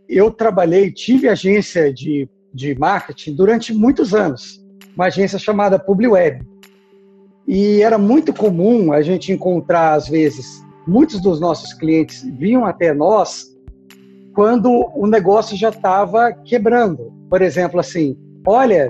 eu tive agência de marketing durante muitos anos, uma agência chamada PubliWeb. E era muito comum a gente encontrar, às vezes, muitos dos nossos clientes vinham até nós quando o negócio já estava quebrando. Por exemplo, assim, olha,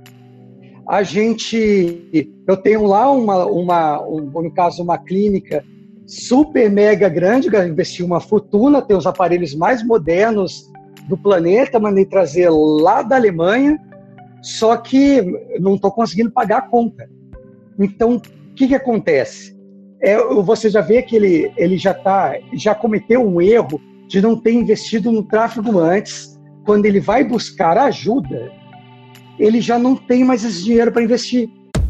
eu tenho lá no caso, uma clínica super mega grande, que eu investi uma fortuna, tem os aparelhos mais modernos do planeta, mandei trazer lá da Alemanha, só que não estou conseguindo pagar a conta. Então, o que acontece? Você já vê que ele já cometeu um erro de não ter investido no tráfego antes. Quando ele vai buscar ajuda, ele já não tem mais esse dinheiro para investir.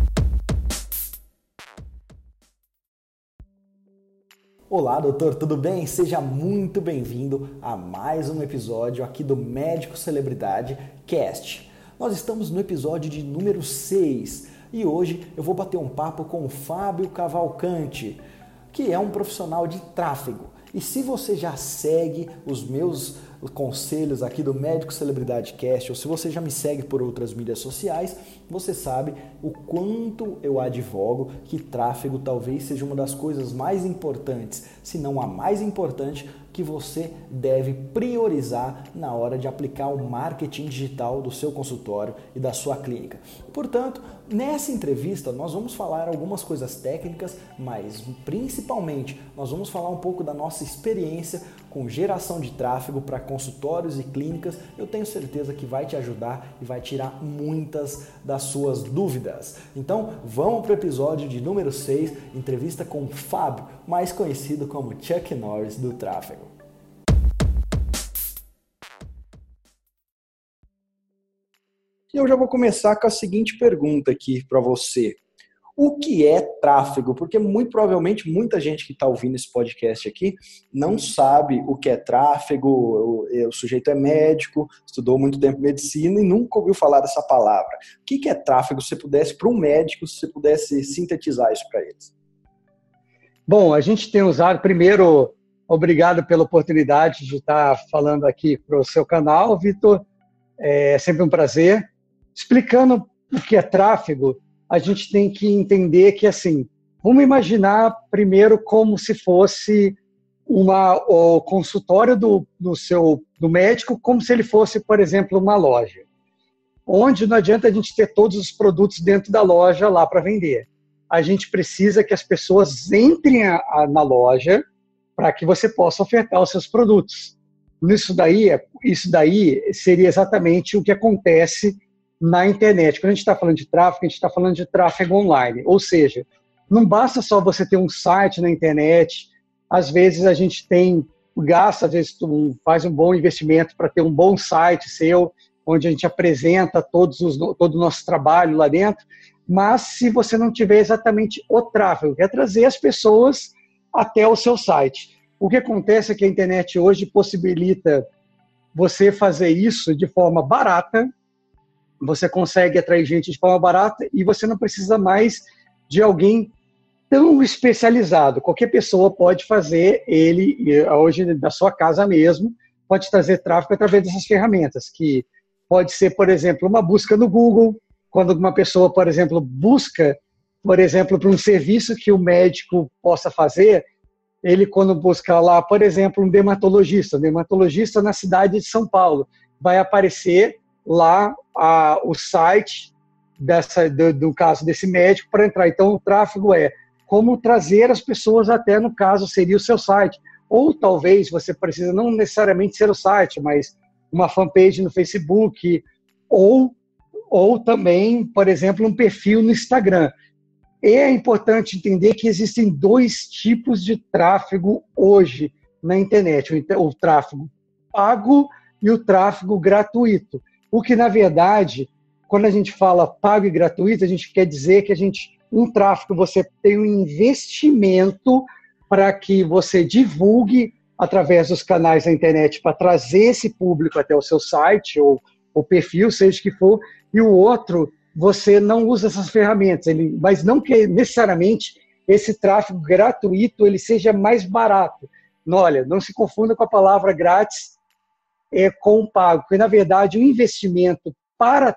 Olá, doutor, tudo bem? Seja muito bem-vindo a mais um episódio aqui do Médico Celebridade Cast. Nós estamos no episódio de número 6 e hoje eu vou bater um papo com o Fábio Cavalcante, que é um profissional de tráfego. E se você já segue os meus conselhos aqui do Médico Celebridade Cast, ou se você já me segue por outras mídias sociais, você sabe o quanto eu advogo que tráfego talvez seja uma das coisas mais importantes, se não a mais importante, que você deve priorizar na hora de aplicar o marketing digital do seu consultório e da sua clínica. Portanto, nessa entrevista nós vamos falar algumas coisas técnicas, mas principalmente nós vamos falar um pouco da nossa experiência com geração de tráfego para consultórios e clínicas. Eu tenho certeza que vai te ajudar e vai tirar muitas das suas dúvidas. Então, vamos para o episódio de número 6, entrevista com o Fábio, mais conhecido como Chuck Norris do tráfego. Eu já vou começar com a seguinte pergunta aqui para você. O que é tráfego? Porque muito provavelmente muita gente que está ouvindo esse podcast aqui não sabe o que é tráfego, o sujeito é médico, estudou muito tempo medicina e nunca ouviu falar dessa palavra. O que é tráfego? Se você pudesse, para um médico, se você pudesse sintetizar isso para eles. Bom, a gente tem usado, primeiro, obrigado pela oportunidade de estar falando aqui para o seu canal, Vitor. É sempre um prazer. Explicando o que é tráfego, a gente tem que entender que, assim, vamos imaginar primeiro como se fosse o consultório do médico, como se ele fosse, por exemplo, uma loja, onde não adianta a gente ter todos os produtos dentro da loja lá para vender. A gente precisa que as pessoas entrem na loja para que você possa ofertar os seus produtos. Isso daí seria exatamente o que acontece na internet. Quando a gente está falando de tráfego, a gente está falando de tráfego online. Ou seja, não basta só você ter um site na internet. Às vezes a gente gasta, às vezes tu faz um bom investimento para ter um bom site seu, onde a gente apresenta todo o nosso trabalho lá dentro. Mas se você não tiver exatamente o tráfego, que é trazer as pessoas até o seu site. O que acontece é que a internet hoje possibilita você fazer isso de forma barata. Você consegue atrair gente de forma barata e você não precisa mais de alguém tão especializado. Qualquer pessoa pode fazer hoje da sua casa mesmo, pode trazer tráfego através dessas ferramentas, que pode ser, por exemplo, uma busca no Google, quando uma pessoa, por exemplo, busca, por exemplo, para um serviço que o médico possa fazer, ele quando busca lá, por exemplo, um dermatologista na cidade de São Paulo, vai aparecer lá o site do caso desse médico para entrar. Então, o tráfego é como trazer as pessoas até, no caso, seria o seu site. Ou talvez você precisa não necessariamente ser o site, mas uma fanpage no Facebook, ou também, por exemplo, um perfil no Instagram. É importante entender que existem dois tipos de tráfego hoje na internet. O tráfego pago e o tráfego gratuito. O que, na verdade, quando a gente fala pago e gratuito, a gente quer dizer que um tráfego, você tem um investimento para que você divulgue através dos canais da internet para trazer esse público até o seu site ou o perfil, seja o que for, e o outro, você não usa essas ferramentas, mas não que necessariamente esse tráfego gratuito ele seja mais barato. Olha, não se confunda com a palavra grátis. com o pago, porque, na verdade, o investimento para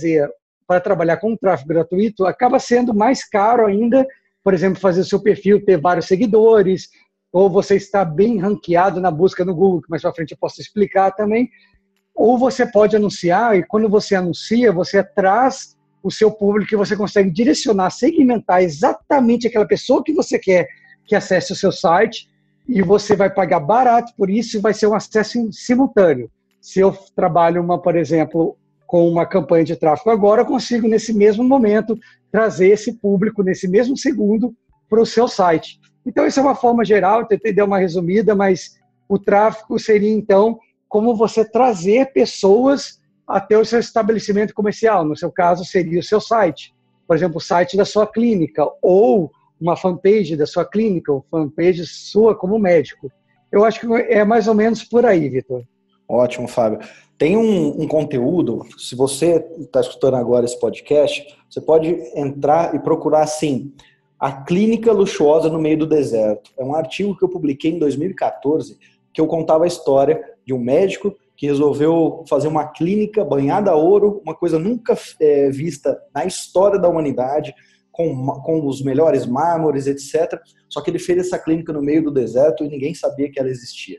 trabalhar com tráfego gratuito acaba sendo mais caro ainda, por exemplo, fazer o seu perfil, ter vários seguidores, ou você está bem ranqueado na busca no Google, que mais para frente eu posso explicar também, ou você pode anunciar, e quando você anuncia, você traz o seu público que você consegue direcionar, segmentar exatamente aquela pessoa que você quer que acesse o seu site, e você vai pagar barato por isso e vai ser um acesso simultâneo. Se eu trabalho, por exemplo, com uma campanha de tráfego agora, eu consigo, nesse mesmo momento, trazer esse público, nesse mesmo segundo, para o seu site. Então, isso é uma forma geral, eu tentei dar uma resumida, mas o tráfego seria, então, como você trazer pessoas até o seu estabelecimento comercial. No seu caso, seria o seu site. Por exemplo, o site da sua clínica, ou uma fanpage da sua clínica, ou fanpage sua como médico. Eu acho que é mais ou menos por aí, Vitor. Ótimo, Fábio. Tem um conteúdo, se você está escutando agora esse podcast, você pode entrar e procurar assim, A Clínica Luxuosa no Meio do Deserto. É um artigo que eu publiquei em 2014, que eu contava a história de um médico que resolveu fazer uma clínica banhada a ouro, uma coisa nunca vista na história da humanidade, com os melhores mármores, etc. Só que ele fez essa clínica no meio do deserto e ninguém sabia que ela existia.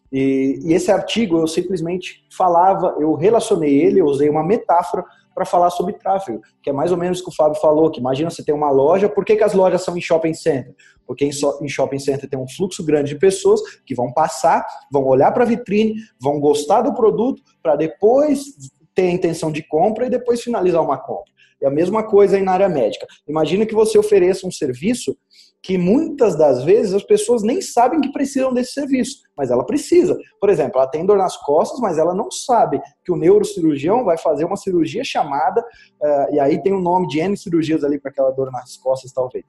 E esse artigo eu simplesmente falava, eu relacionei ele, eu usei uma metáfora para falar sobre tráfego, que é mais ou menos o que o Fábio falou, que imagina você ter uma loja, por que as lojas são em shopping center? Porque em shopping center tem um fluxo grande de pessoas que vão passar, vão olhar para a vitrine, vão gostar do produto, para depois ter a intenção de compra e depois finalizar uma compra. É a mesma coisa aí na área médica. Imagina que você ofereça um serviço que muitas das vezes as pessoas nem sabem que precisam desse serviço, mas ela precisa. Por exemplo, ela tem dor nas costas, mas ela não sabe que o neurocirurgião vai fazer uma cirurgia chamada, e aí tem o nome de N cirurgias ali para aquela dor nas costas, talvez.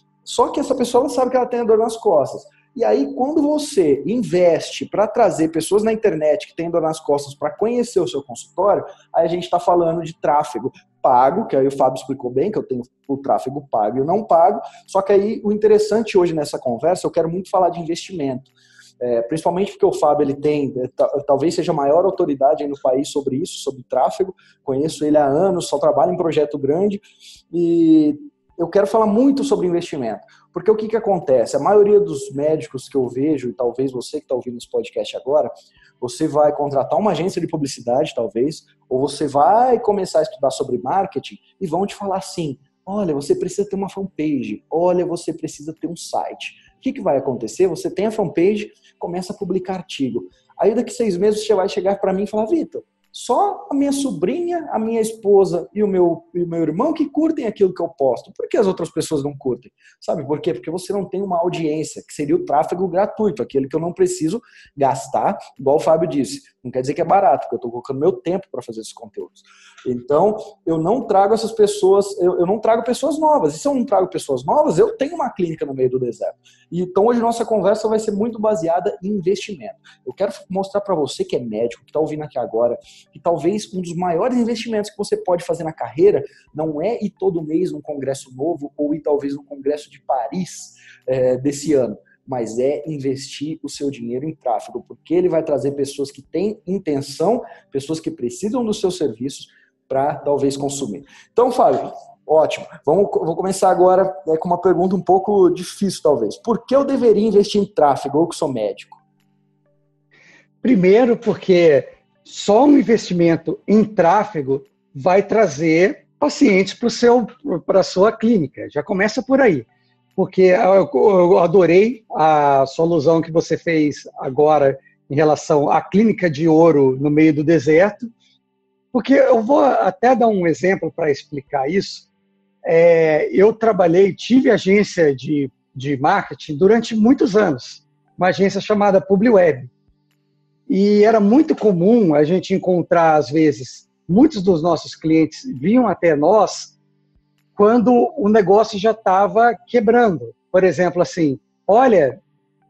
Só que essa pessoa não sabe que ela tem a dor nas costas. E aí, quando você investe para trazer pessoas na internet que têm dor nas costas para conhecer o seu consultório, aí a gente está falando de tráfego pago, que aí o Fábio explicou bem, que eu tenho o tráfego pago e o não pago. Só que aí, o interessante hoje nessa conversa, eu quero muito falar de investimento. Principalmente porque o Fábio ele tem, talvez seja a maior autoridade aí no país sobre isso, sobre tráfego. Conheço ele há anos, só trabalha em projeto grande e eu quero falar muito sobre investimento, porque o que acontece? A maioria dos médicos que eu vejo, e talvez você que está ouvindo esse podcast agora, você vai contratar uma agência de publicidade, talvez, ou você vai começar a estudar sobre marketing e vão te falar assim, olha, você precisa ter uma fanpage, olha, você precisa ter um site. O que vai acontecer? Você tem a fanpage, começa a publicar artigo. Aí daqui 6 meses você vai chegar para mim e falar, Vitor, só a minha sobrinha, a minha esposa e o meu irmão que curtem aquilo que eu posto. Por que as outras pessoas não curtem? Sabe por quê? Porque você não tem uma audiência, que seria o tráfego gratuito, aquele que eu não preciso gastar, igual o Fábio disse. Não quer dizer que é barato, porque eu estou colocando meu tempo para fazer esses conteúdos. Então, eu não trago essas pessoas, eu não trago pessoas novas. E se eu não trago pessoas novas, eu tenho uma clínica no meio do deserto. E então, hoje nossa conversa vai ser muito baseada em investimento. Eu quero mostrar para você que é médico, que está ouvindo aqui agora, que talvez um dos maiores investimentos que você pode fazer na carreira não é ir todo mês num congresso novo ou ir talvez no congresso de Paris desse ano, mas é investir o seu dinheiro em tráfego, porque ele vai trazer pessoas que têm intenção, pessoas que precisam dos seus serviços para talvez consumir. Então, Fábio, ótimo. Vou começar agora com uma pergunta um pouco difícil, talvez. Por que eu deveria investir em tráfego, eu que sou médico? Primeiro, porque só um investimento em tráfego vai trazer pacientes para a sua clínica. Já começa por aí. Porque eu adorei a sua alusão que você fez agora em relação à clínica de ouro no meio do deserto, porque eu vou até dar um exemplo para explicar isso. Eu tive agência de marketing durante muitos anos, uma agência chamada PubliWeb. E era muito comum a gente encontrar, às vezes, muitos dos nossos clientes vinham até nós quando o negócio já estava quebrando. Por exemplo, assim, olha,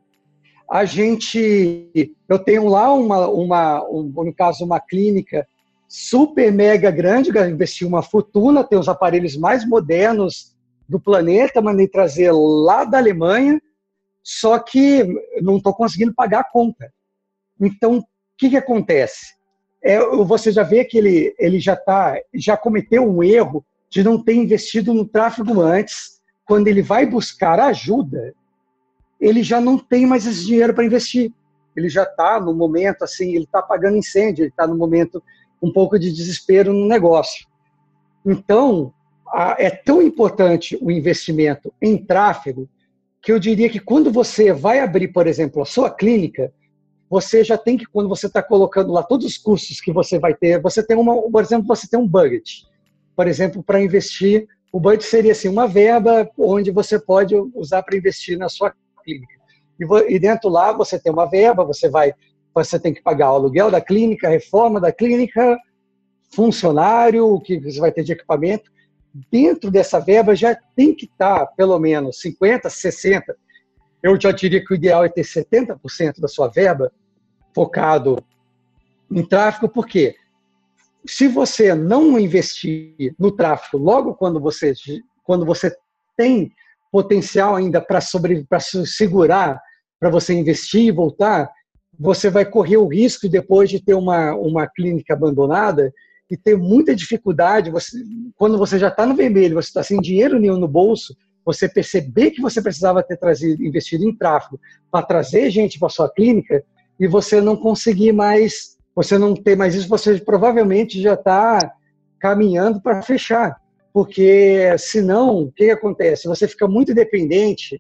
eu tenho lá no caso, uma clínica super mega grande, eu investi uma fortuna, tem os aparelhos mais modernos do planeta, mandei trazer lá da Alemanha, só que não estou conseguindo pagar a conta. Então, que acontece? Você já vê que ele já cometeu um erro de não ter investido no tráfego antes. Quando ele vai buscar ajuda, ele já não tem mais esse dinheiro para investir. Ele já está no momento, assim, ele está apagando incêndio, ele está no momento um pouco de desespero no negócio. Então, é tão importante o investimento em tráfego que eu diria que quando você vai abrir, por exemplo, a sua clínica, você já tem que, quando você está colocando lá todos os custos que você vai ter, você tem por exemplo, você tem um budget. Por exemplo, para investir, o budget seria assim, uma verba onde você pode usar para investir na sua clínica. E dentro lá você tem uma verba, você tem que pagar o aluguel da clínica, a reforma da clínica, funcionário, o que você vai ter de equipamento. Dentro dessa verba já tem que estar pelo menos 50%, 60%. Eu já diria que o ideal é ter 70% da sua verba focado em tráfego, porque se você não investir no tráfego logo quando você tem potencial ainda para se segurar, para você investir e voltar, você vai correr o risco depois de ter uma clínica abandonada e ter muita dificuldade. Quando você já está no vermelho, você está sem dinheiro nenhum no bolso, você perceber que você precisava ter investido em tráfego para trazer gente para sua clínica e você não conseguir mais, você não ter mais isso, você provavelmente já está caminhando para fechar. Porque senão, o que acontece? Você fica muito dependente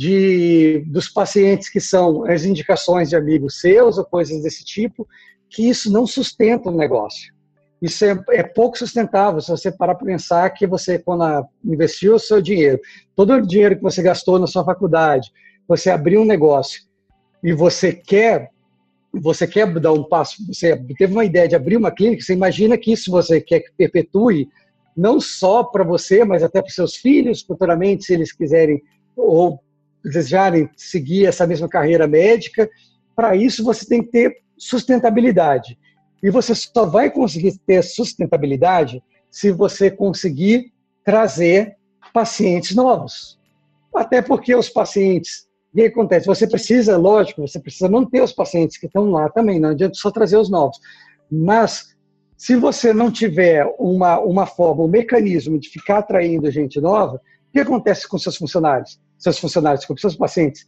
dos pacientes que são as indicações de amigos seus ou coisas desse tipo, que isso não sustenta o negócio. Isso é pouco sustentável se você parar para pensar que você, quando investiu o seu dinheiro, todo o dinheiro que você gastou na sua faculdade, você abriu um negócio e você quer dar um passo, você teve uma ideia de abrir uma clínica, você imagina que isso você quer que perpetue, não só para você, mas até para os seus filhos, futuramente, se eles quiserem ou desejarem seguir essa mesma carreira médica. Para isso, você tem que ter sustentabilidade. E você só vai conseguir ter sustentabilidade se você conseguir trazer pacientes novos. Até porque os pacientes, o que acontece? Você precisa manter os pacientes que estão lá também, não adianta só trazer os novos. Mas, se você não tiver uma forma, um mecanismo de ficar atraindo gente nova, o que acontece com seus funcionários, com seus pacientes?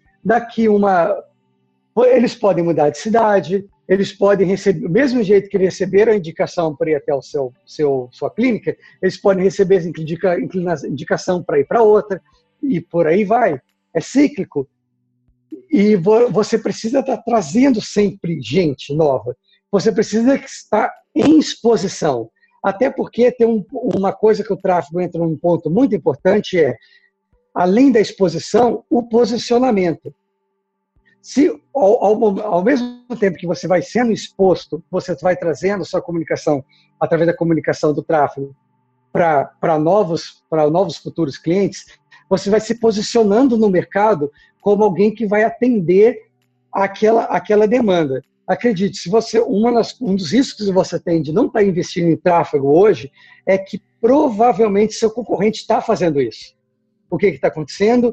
Eles podem mudar de cidade, eles podem receber, do mesmo jeito que eles receberam a indicação para ir até sua clínica, eles podem receber indicação para ir para outra, e por aí vai. É cíclico. E você precisa estar trazendo sempre gente nova. Você precisa estar em exposição. Até porque tem uma coisa que o tráfego entra num ponto muito importante, além da exposição, o posicionamento. Se ao mesmo tempo que você vai sendo exposto, você vai trazendo sua comunicação, através da comunicação do tráfego, para novos futuros clientes, você vai se posicionando no mercado como alguém que vai atender aquela demanda. Acredite, se um dos riscos que você tem de não estar investindo em tráfego hoje é que provavelmente seu concorrente está fazendo isso. O que está acontecendo?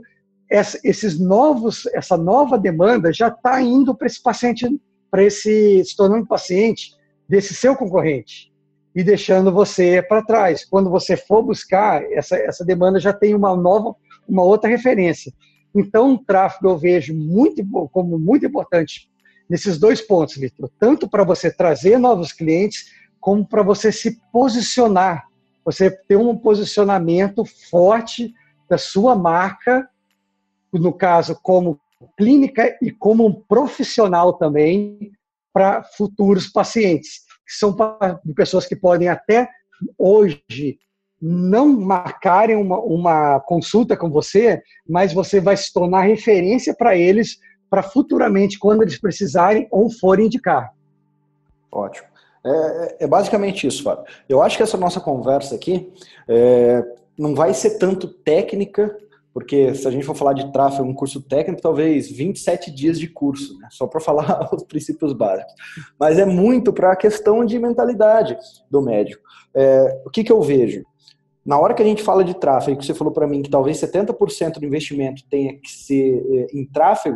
Essa nova demanda já está indo para esse paciente, se tornando paciente desse seu concorrente e deixando você para trás. Quando você for buscar, essa demanda já tem uma outra referência. Então, o tráfego eu vejo como muito importante nesses dois pontos, Vitor. Tanto para você trazer novos clientes, como para você se posicionar. Você ter um posicionamento forte da sua marca, no caso, como clínica e como um profissional também, para futuros pacientes, que são pessoas que podem até hoje não marcarem uma consulta com você, mas você vai se tornar referência para eles, para futuramente, quando eles precisarem ou forem indicar. Ótimo. É basicamente isso, Fábio. Eu acho que essa nossa conversa aqui não vai ser tanto técnica, porque se a gente for falar de tráfego, um curso técnico, talvez 27 dias de curso, né? Só para falar os princípios básicos. Mas é muito para a questão de mentalidade do médico. O que eu vejo? Na hora que a gente fala de tráfego, que você falou para mim que talvez 70% do investimento tenha que ser em tráfego,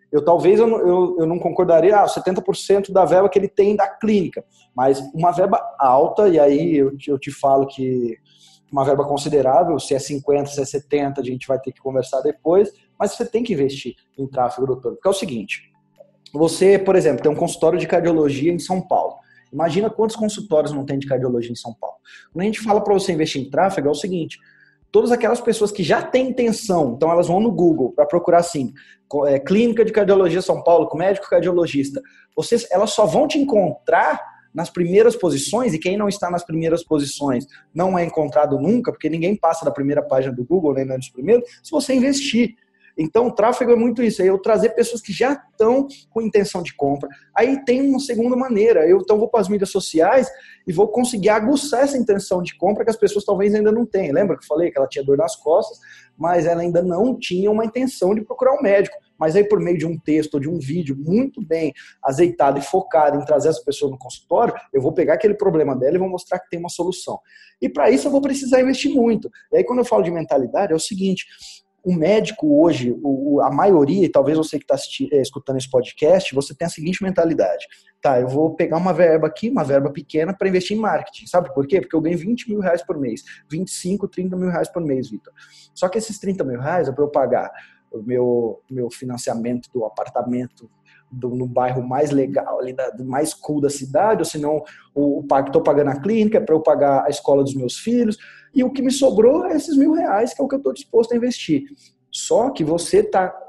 Eu não concordaria, 70% da verba que ele tem da clínica, mas uma verba alta, e aí eu te falo que uma verba considerável, se é 50, se é 70, a gente vai ter que conversar depois, mas você tem que investir em tráfego, doutor, porque é o seguinte, você, por exemplo, tem um consultório de cardiologia em São Paulo. Imagina quantos consultórios não tem de cardiologia em São Paulo. Quando a gente fala para você investir em tráfego, é o seguinte, todas aquelas pessoas que já têm intenção, então elas vão no Google para procurar assim, clínica de cardiologia São Paulo, com médico cardiologista, elas só vão te encontrar nas primeiras posições, e quem não está nas primeiras posições não é encontrado nunca, porque ninguém passa da primeira página do Google, nem dos primeiros, se você investir. Então, o tráfego é muito isso, é eu trazer pessoas que já estão com intenção de compra. Aí tem uma segunda maneira, eu então vou para as mídias sociais e vou conseguir aguçar essa intenção de compra que as pessoas talvez ainda não tenham. Lembra que eu falei que ela tinha dor nas costas, mas ela ainda não tinha uma intenção de procurar um médico. Mas aí por meio de um texto ou de um vídeo muito bem azeitado e focado em trazer essa pessoa no consultório, eu vou pegar aquele problema dela e vou mostrar que tem uma solução. E para isso eu vou precisar investir muito. E aí quando eu falo de mentalidade é o seguinte, o médico hoje, a maioria, e talvez você que está escutando esse podcast, você tem a seguinte mentalidade. Tá, eu vou pegar uma verba aqui, uma verba pequena, para investir em marketing. Sabe por quê? Porque eu ganho 20 mil reais por mês. 25, 30 mil reais por mês, Vitor. Só que esses 30 mil reais é para eu pagar o meu financiamento do apartamento no bairro mais legal, ali mais cool da cidade, ou senão estou pagando a clínica, é para eu pagar a escola dos meus filhos, e o que me sobrou é esses R$ 1.000, que é o que eu estou disposto a investir. Só que você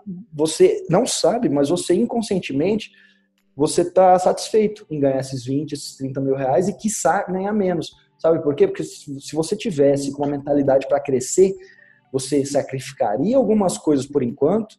não sabe, mas você inconscientemente, você está satisfeito em ganhar esses 20, esses 30 mil reais e quiçá ganhar menos. Sabe por quê? Porque se você tivesse com uma mentalidade para crescer, você sacrificaria algumas coisas por enquanto,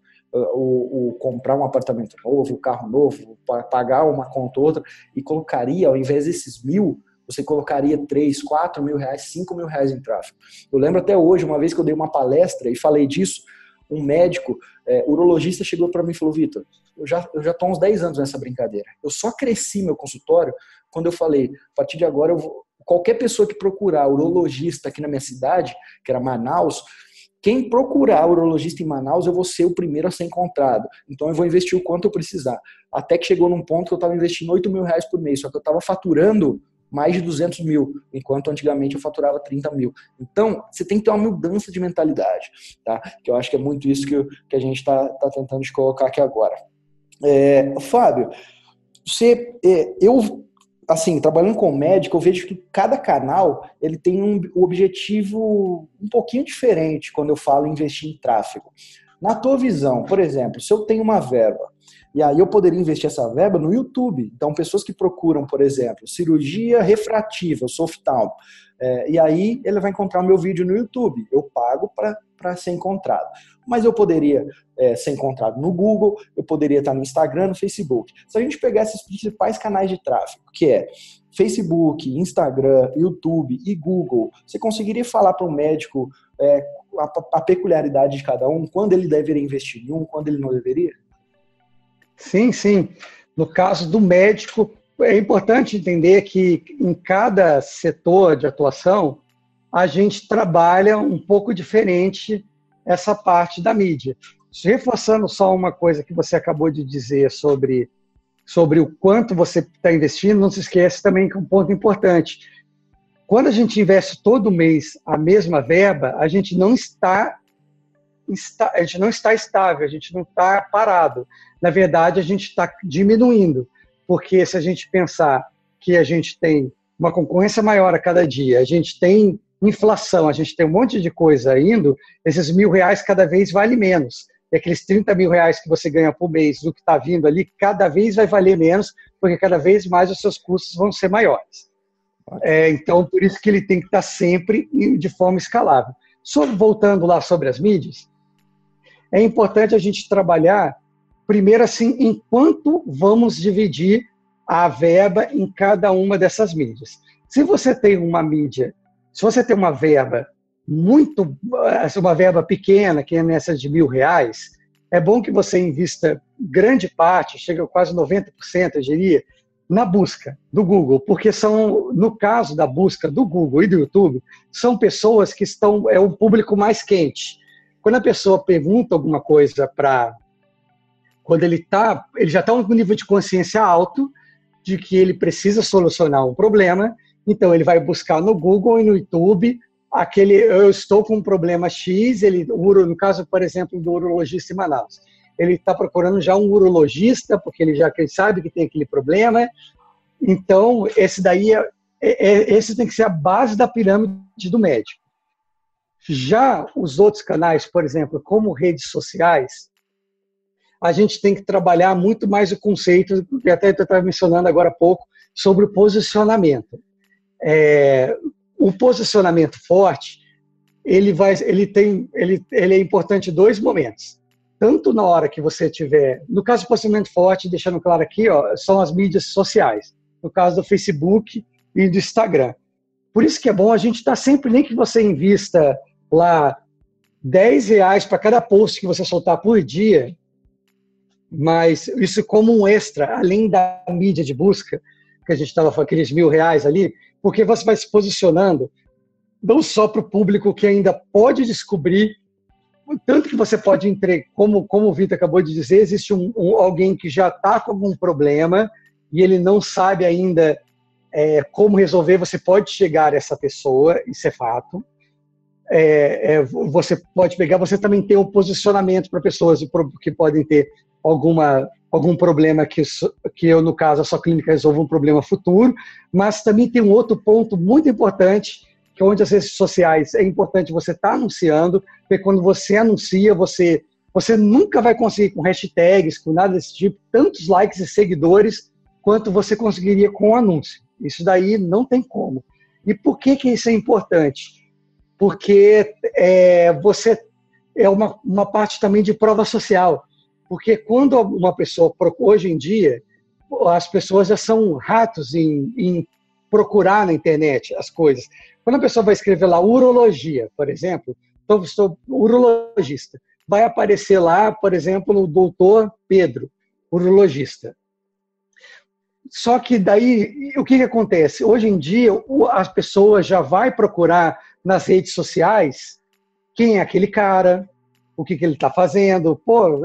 o comprar um apartamento novo, um carro novo, pagar uma conta ou outra, e colocaria, ao invés desses 1.000, você colocaria 3, 4 mil reais, 5 mil reais em tráfego. Eu lembro até hoje, uma vez que eu dei uma palestra e falei disso, um médico, urologista, chegou para mim e falou, Vitor, eu já estou há uns 10 anos nessa brincadeira. Eu só cresci meu consultório quando eu falei, a partir de agora, qualquer pessoa que procurar urologista aqui na minha cidade, que era Manaus, quem procurar urologista em Manaus, eu vou ser o primeiro a ser encontrado. Então eu vou investir o quanto eu precisar. Até que chegou num ponto que eu estava investindo 8 mil reais por mês, só que eu estava faturando mais de 200 mil, enquanto antigamente eu faturava 30 mil. Então, você tem que ter uma mudança de mentalidade, tá? Que eu acho que é muito isso que a gente está tentando te colocar aqui agora. Fábio, assim, trabalhando com médico, eu vejo que cada canal ele tem um objetivo um pouquinho diferente quando eu falo em investir em tráfego. Na tua visão, por exemplo, se eu tenho uma verba, e aí eu poderia investir essa verba no YouTube. Então, pessoas que procuram, por exemplo, cirurgia refrativa, o oftalmo, e aí ele vai encontrar o meu vídeo no YouTube. Eu pago para ser encontrado. Mas eu poderia ser encontrado no Google, eu poderia estar no Instagram, no Facebook. Se a gente pegar esses principais canais de tráfego, que é Facebook, Instagram, YouTube e Google, você conseguiria falar para um médico a peculiaridade de cada um, quando ele deveria investir em um, quando ele não deveria? Sim, sim. No caso do médico, é importante entender que em cada setor de atuação, a gente trabalha um pouco diferente essa parte da mídia. Reforçando só uma coisa que você acabou de dizer sobre o quanto você está investindo, não se esquece também que é um ponto importante. Quando a gente investe todo mês a mesma verba, a gente não está estável, a gente não está parado. Na verdade, a gente está diminuindo, porque se a gente pensar que a gente tem uma concorrência maior a cada dia, a gente tem inflação, a gente tem um monte de coisa indo, esses R$ 1.000 cada vez vale menos. E aqueles 30 mil reais que você ganha por mês do que está vindo ali, cada vez vai valer menos, porque cada vez mais os seus custos vão ser maiores. Então, por isso que ele tem que estar sempre de forma escalável. Voltando lá sobre as mídias, é importante a gente trabalhar, primeiro assim, em quanto vamos dividir a verba em cada uma dessas mídias. Se você tem uma mídia, se você tem uma verba uma verba pequena, que é nessa de R$ 1.000, é bom que você invista grande parte, chega a quase 90%, eu diria, na busca do Google, porque no caso da busca do Google e do YouTube, são pessoas que é um público mais quente. Quando a pessoa pergunta alguma coisa para quando ele já está com um nível de consciência alto de que ele precisa solucionar um problema, então ele vai buscar no Google e no YouTube eu estou com um problema X, no caso, por exemplo, do urologista em Manaus. Ele está procurando já um urologista, porque ele sabe que tem aquele problema. Então, esse tem que ser a base da pirâmide do médico. Já os outros canais, por exemplo, como redes sociais, a gente tem que trabalhar muito mais o conceito, que até eu estava mencionando agora há pouco, sobre o posicionamento. O posicionamento forte, ele é importante em 2 momentos. Tanto na hora que você tiver... No caso do posicionamento forte, deixando claro aqui, são as mídias sociais. No caso do Facebook e do Instagram. Por isso que é bom a gente estar sempre, nem que você invista lá R$10 para cada post que você soltar por dia, mas isso como um extra, além da mídia de busca, que a gente estava falando, aqueles R$1.000 ali, porque você vai se posicionando não só para o público que ainda pode descobrir, tanto que você pode entregar, como o Vitor acabou de dizer, existe alguém que já está com algum problema e ele não sabe ainda como resolver, você pode chegar a essa pessoa, isso é fato. Você pode pegar, você também tem um posicionamento para pessoas que podem ter algum problema que eu, no caso, a sua clínica resolva um problema futuro, mas também tem um outro ponto muito importante, que é onde as redes sociais é importante você estar anunciando, porque quando você anuncia, você nunca vai conseguir com hashtags, com nada desse tipo, tantos likes e seguidores quanto você conseguiria com o anúncio. Isso daí não tem como. E por que isso é importante? Porque você é uma parte também de prova social. Porque quando uma pessoa, hoje em dia, as pessoas já são ratos em procurar na internet as coisas. Quando a pessoa vai escrever lá urologia, por exemplo, então estou urologista, vai aparecer lá, por exemplo, o doutor Pedro, urologista. Só que daí, o que acontece? Hoje em dia, as pessoas já vão procurar nas redes sociais quem é aquele cara, o que ele está fazendo. Pô,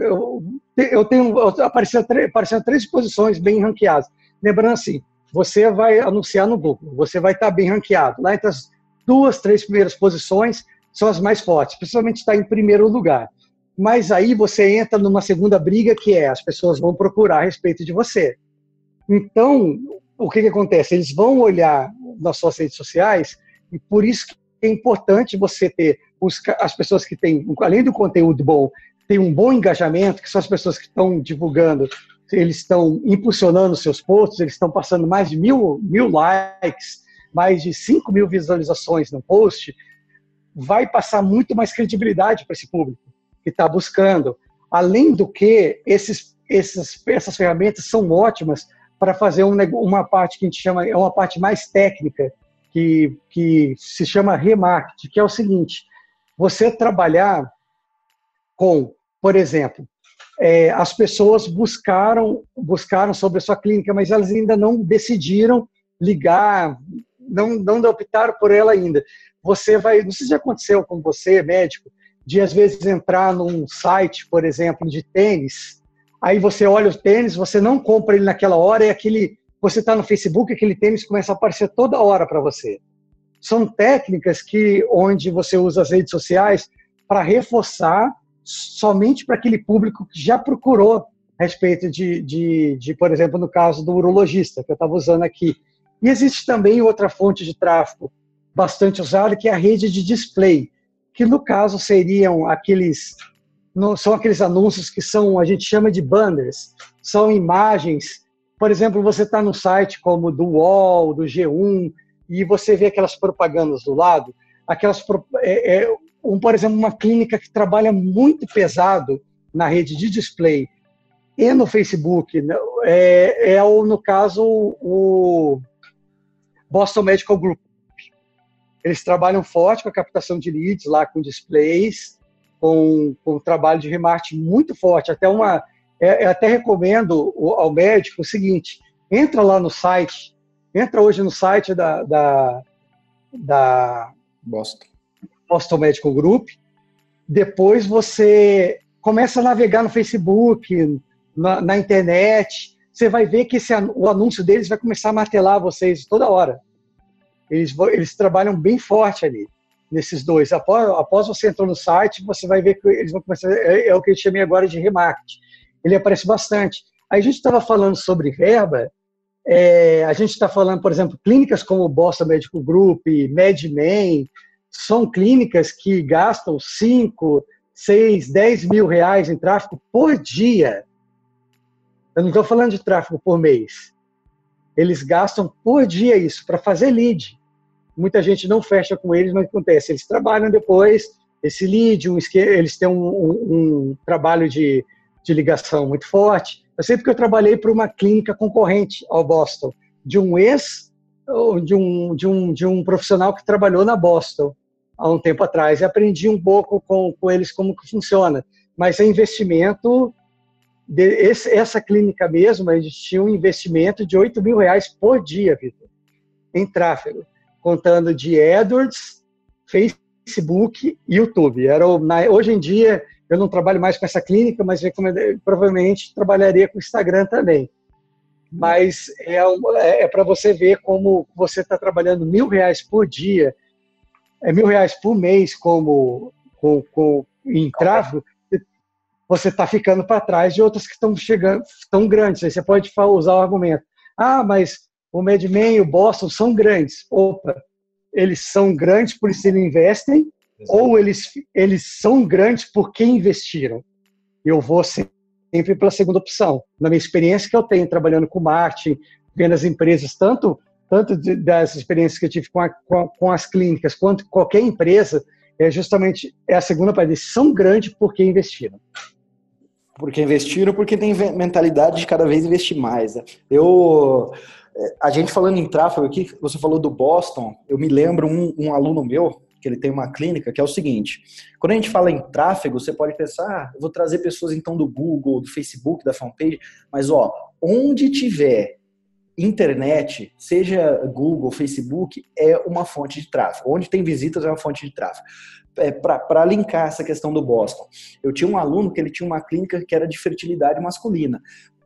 apareceram 3 posições bem ranqueadas. Lembrando assim, você vai anunciar no Google, você vai estar bem ranqueado. Lá entre as 2, 3 primeiras posições são as mais fortes, principalmente está em primeiro lugar. Mas aí você entra numa segunda briga, que as pessoas vão procurar a respeito de você. Então, o que acontece? Eles vão olhar nas suas redes sociais e por isso que é importante você ter as pessoas que têm, além do conteúdo bom, tem um bom engajamento, que são as pessoas que estão divulgando, eles estão impulsionando seus posts, eles estão passando mais de 1.000 likes, mais de 5.000 visualizações no post, vai passar muito mais credibilidade para esse público que está buscando. Além do que, essas ferramentas são ótimas para fazer uma parte que a gente chama, é uma parte mais técnica, que se chama remarketing, que é o seguinte: você trabalhar com, por exemplo, as pessoas buscaram sobre a sua clínica, mas elas ainda não decidiram ligar, não optaram por ela ainda. Você vai, não sei se já aconteceu com você, médico, de às vezes entrar num site, por exemplo, de tênis, aí você olha o tênis, você não compra ele naquela hora, você está no Facebook, aquele tênis começa a aparecer toda hora para você. São técnicas onde você usa as redes sociais para reforçar somente para aquele público que já procurou a respeito por exemplo, no caso do urologista, que eu estava usando aqui. E existe também outra fonte de tráfego bastante usada, que é a rede de display, que no caso seriam são aqueles anúncios que a gente chama de banners, são imagens. Por exemplo, você está num site como do UOL, do G1, e você vê aquelas propagandas do lado, por exemplo, uma clínica que trabalha muito pesado na rede de display e no Facebook, no caso, o Boston Medical Group. Eles trabalham forte com a captação de leads lá com displays, com um trabalho de remarketing muito forte. Eu até recomendo ao médico o seguinte: entra lá no site, entra hoje no site da Boston Medical Group, depois você começa a navegar no Facebook, na internet. Você vai ver que o anúncio deles vai começar a martelar vocês toda hora. Eles trabalham bem forte ali, nesses dois. Após você entrou no site, você vai ver que eles vão começar, é o que eu chamei agora de remarketing. Ele aparece bastante. Aí a gente estava falando sobre verba, a gente está falando, por exemplo, clínicas como o Boston Medical Group, MedMen, são clínicas que gastam 5, 6, 10 mil reais em tráfego por dia. Eu não estou falando de tráfego por mês. Eles gastam por dia isso, para fazer lead. Muita gente não fecha com eles, mas o que acontece? Eles trabalham depois, esse lead, eles têm um trabalho de ligação muito forte. Eu sei porque eu trabalhei para uma clínica concorrente ao Boston, de um profissional que trabalhou na Boston há um tempo atrás, e aprendi um pouco com eles como que funciona. Mas é investimento, essa clínica mesmo, eles tinham um investimento de 8 mil reais por dia, Vitor, em tráfego, contando de AdWords, Facebook e YouTube. Hoje em dia, eu não trabalho mais com essa clínica, mas provavelmente trabalharia com o Instagram também. Mas é para você ver como você está trabalhando R$1.000 por dia, R$1.000 por mês em tráfego, você está ficando para trás de outras que estão chegando, tão grandes. Aí você pode usar o argumento, mas o MedMen e o Boston são grandes. Opa, eles são grandes por isso eles investem, ou eles são grandes porque investiram. Eu vou sempre pela segunda opção. Na minha experiência que eu tenho trabalhando com marketing, vendo as empresas, tanto das experiências que eu tive com as clínicas, quanto qualquer empresa, justamente a segunda parte. Eles são grandes porque investiram. Porque investiram, porque tem mentalidade de cada vez investir mais. Né? A gente falando em tráfego aqui, você falou do Boston, eu me lembro um aluno meu, que ele tem uma clínica, que é o seguinte, quando a gente fala em tráfego, você pode pensar, eu vou trazer pessoas então do Google, do Facebook, da fanpage, mas onde tiver internet, seja Google, Facebook, é uma fonte de tráfego. Onde tem visitas é uma fonte de tráfego. Para linkar essa questão do Boston, eu tinha um aluno que ele tinha uma clínica que era de fertilidade masculina.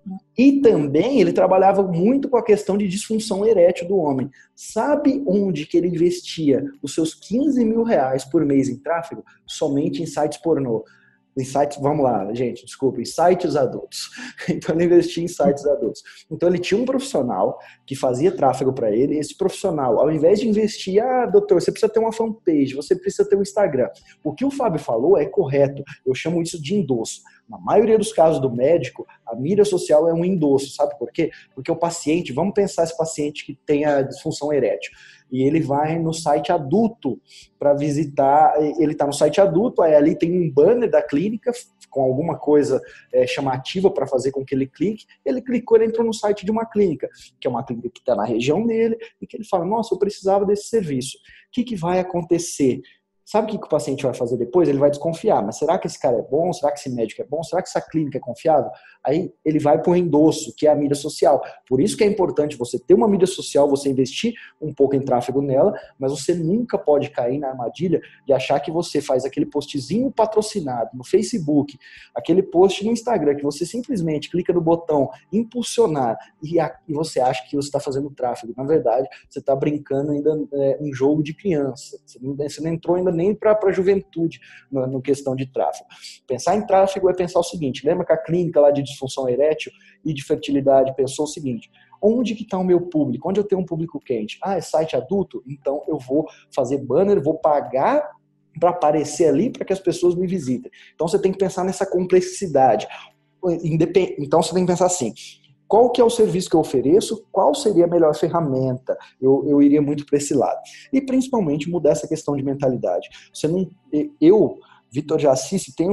E também ele trabalhava muito com a questão de disfunção erétil do homem. Sabe onde que ele investia os seus 15 mil reais por mês em tráfego? Somente em sites pornô. Em sites, vamos lá, gente, desculpa, em sites adultos. Então ele investia em sites adultos. Então ele tinha um profissional que fazia tráfego para ele, e esse profissional, ao invés de investir, doutor, você precisa ter uma fanpage, você precisa ter um Instagram. O que o Fábio falou é correto, eu chamo isso de endosso. Na maioria dos casos do médico, a mídia social é um endosso, sabe por quê? Porque o paciente, vamos pensar esse paciente que tem a disfunção erétil, e ele vai no site adulto para visitar, ele está no site adulto, aí ali tem um banner da clínica com alguma coisa chamativa para fazer com que ele clique, ele clicou, ele entrou no site de uma clínica, que é uma clínica que está na região dele, e que ele fala, nossa, eu precisava desse serviço. O que vai acontecer? Sabe o que o paciente vai fazer depois? Ele vai desconfiar, mas será que esse cara é bom? Será que esse médico é bom? Será que essa clínica é confiável? Aí ele vai para o endosso, que é a mídia social. Por isso que é importante você ter uma mídia social, você investir um pouco em tráfego nela, mas você nunca pode cair na armadilha de achar que você faz aquele postzinho patrocinado no Facebook, aquele post no Instagram, que você simplesmente clica no botão impulsionar e você acha que você está fazendo tráfego. Na verdade, você está brincando ainda um jogo de criança. Você não entrou ainda nem para a juventude no questão de tráfego. Pensar em tráfego é pensar o seguinte, lembra que a clínica lá de disfunção erétil e de fertilidade pensou o seguinte, onde que está o meu público? Onde eu tenho um público quente? É site adulto? Então eu vou fazer banner, vou pagar para aparecer ali para que as pessoas me visitem. Então você tem que pensar nessa complexidade. Então você tem que pensar assim, qual que é o serviço que eu ofereço, qual seria a melhor ferramenta, eu iria muito para esse lado. E principalmente mudar essa questão de mentalidade. Eu, Vitor Jacici, tem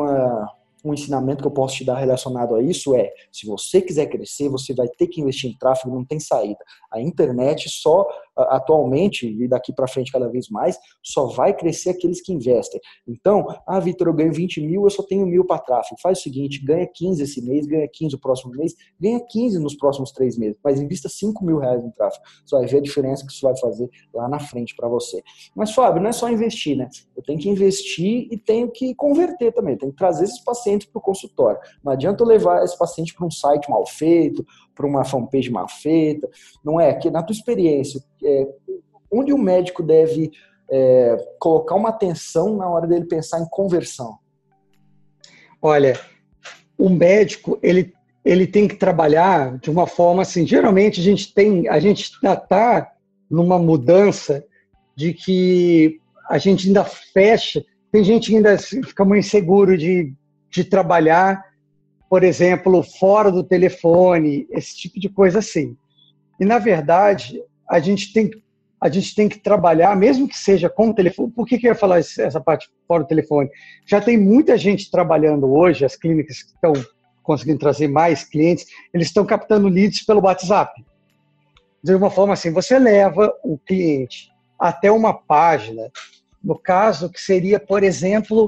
um ensinamento que eu posso te dar relacionado a isso se você quiser crescer, você vai ter que investir em tráfego, não tem saída. A internet só atualmente e daqui para frente cada vez mais, só vai crescer aqueles que investem. Então, Vitor, eu ganho 20 mil, eu só tenho 1.000 para tráfego. Faz o seguinte, ganha 15 esse mês, ganha 15 o próximo mês, ganha 15 nos próximos 3 meses, mas invista 5 mil reais em tráfego. Você vai ver a diferença que isso vai fazer lá na frente para você. Mas, Fábio, não é só investir, né? Eu tenho que investir e tenho que converter também, tenho que trazer esses pacientes para o consultório. Não adianta eu levar esse paciente para um site mal feito, para uma fanpage mal feita, não é? Que na tua experiência, onde o médico deve colocar uma atenção na hora dele pensar em conversão? Olha, o médico, ele tem que trabalhar de uma forma assim, geralmente a gente está numa mudança de que a gente ainda fecha, tem gente que ainda fica muito inseguro de trabalhar, por exemplo, fora do telefone, esse tipo de coisa assim. E, na verdade, a gente tem que trabalhar, mesmo que seja com o telefone. Por que eu ia falar essa parte fora do telefone? Já tem muita gente trabalhando hoje, as clínicas que estão conseguindo trazer mais clientes, eles estão captando leads pelo WhatsApp. De uma forma assim, você leva o cliente até uma página, no caso que seria, por exemplo,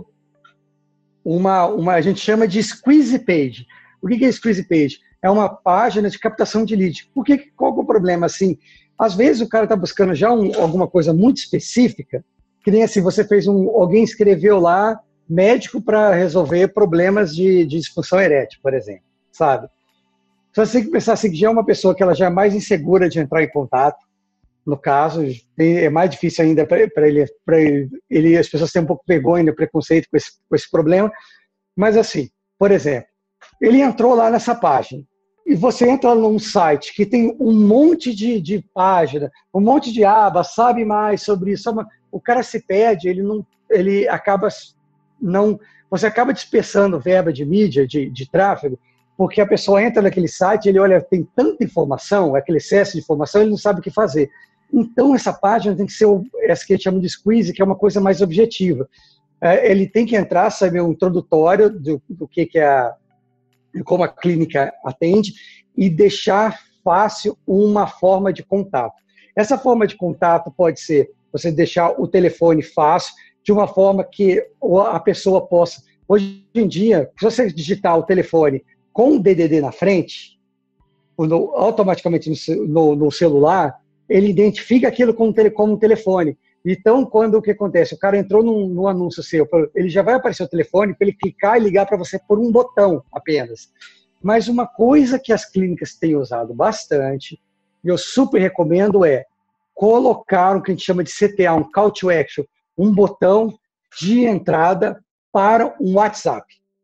a gente chama de squeeze page. O que é squeeze page? É uma página de captação de lead. Qual é o problema? Assim, às vezes o cara está buscando já alguma coisa muito específica, que nem assim, alguém escreveu lá médico para resolver problemas de disfunção erétil, por exemplo, sabe? Então você tem que pensar assim, que já é uma pessoa que ela já é mais insegura de entrar em contato. No caso, é mais difícil ainda para ele, as pessoas têm um pouco de vergonha, preconceito com esse problema. Mas assim, por exemplo, ele entrou lá nessa página e você entra num site que tem um monte de página, um monte de aba, sabe mais sobre isso. O cara se perde, você acaba dispersando verba de mídia, de tráfego, porque a pessoa entra naquele site, ele olha, tem tanta informação, aquele excesso de informação, ele não sabe o que fazer. Então, essa página tem que ser essa que a gente chama de squeeze, que é uma coisa mais objetiva. Ele tem que entrar, saber um introdutório do que é como a clínica atende e deixar fácil uma forma de contato. Essa forma de contato pode ser você deixar o telefone fácil, de uma forma que a pessoa possa... Hoje em dia, se você digitar o telefone com o DDD na frente, automaticamente no celular, ele identifica aquilo como um telefone. Então, o que acontece? O cara entrou no anúncio seu, ele já vai aparecer o telefone para ele clicar e ligar para você por um botão apenas. Mas uma coisa que as clínicas têm usado bastante, e eu super recomendo, é colocar o que a gente chama de CTA, um Call to Action, um botão de entrada para um WhatsApp.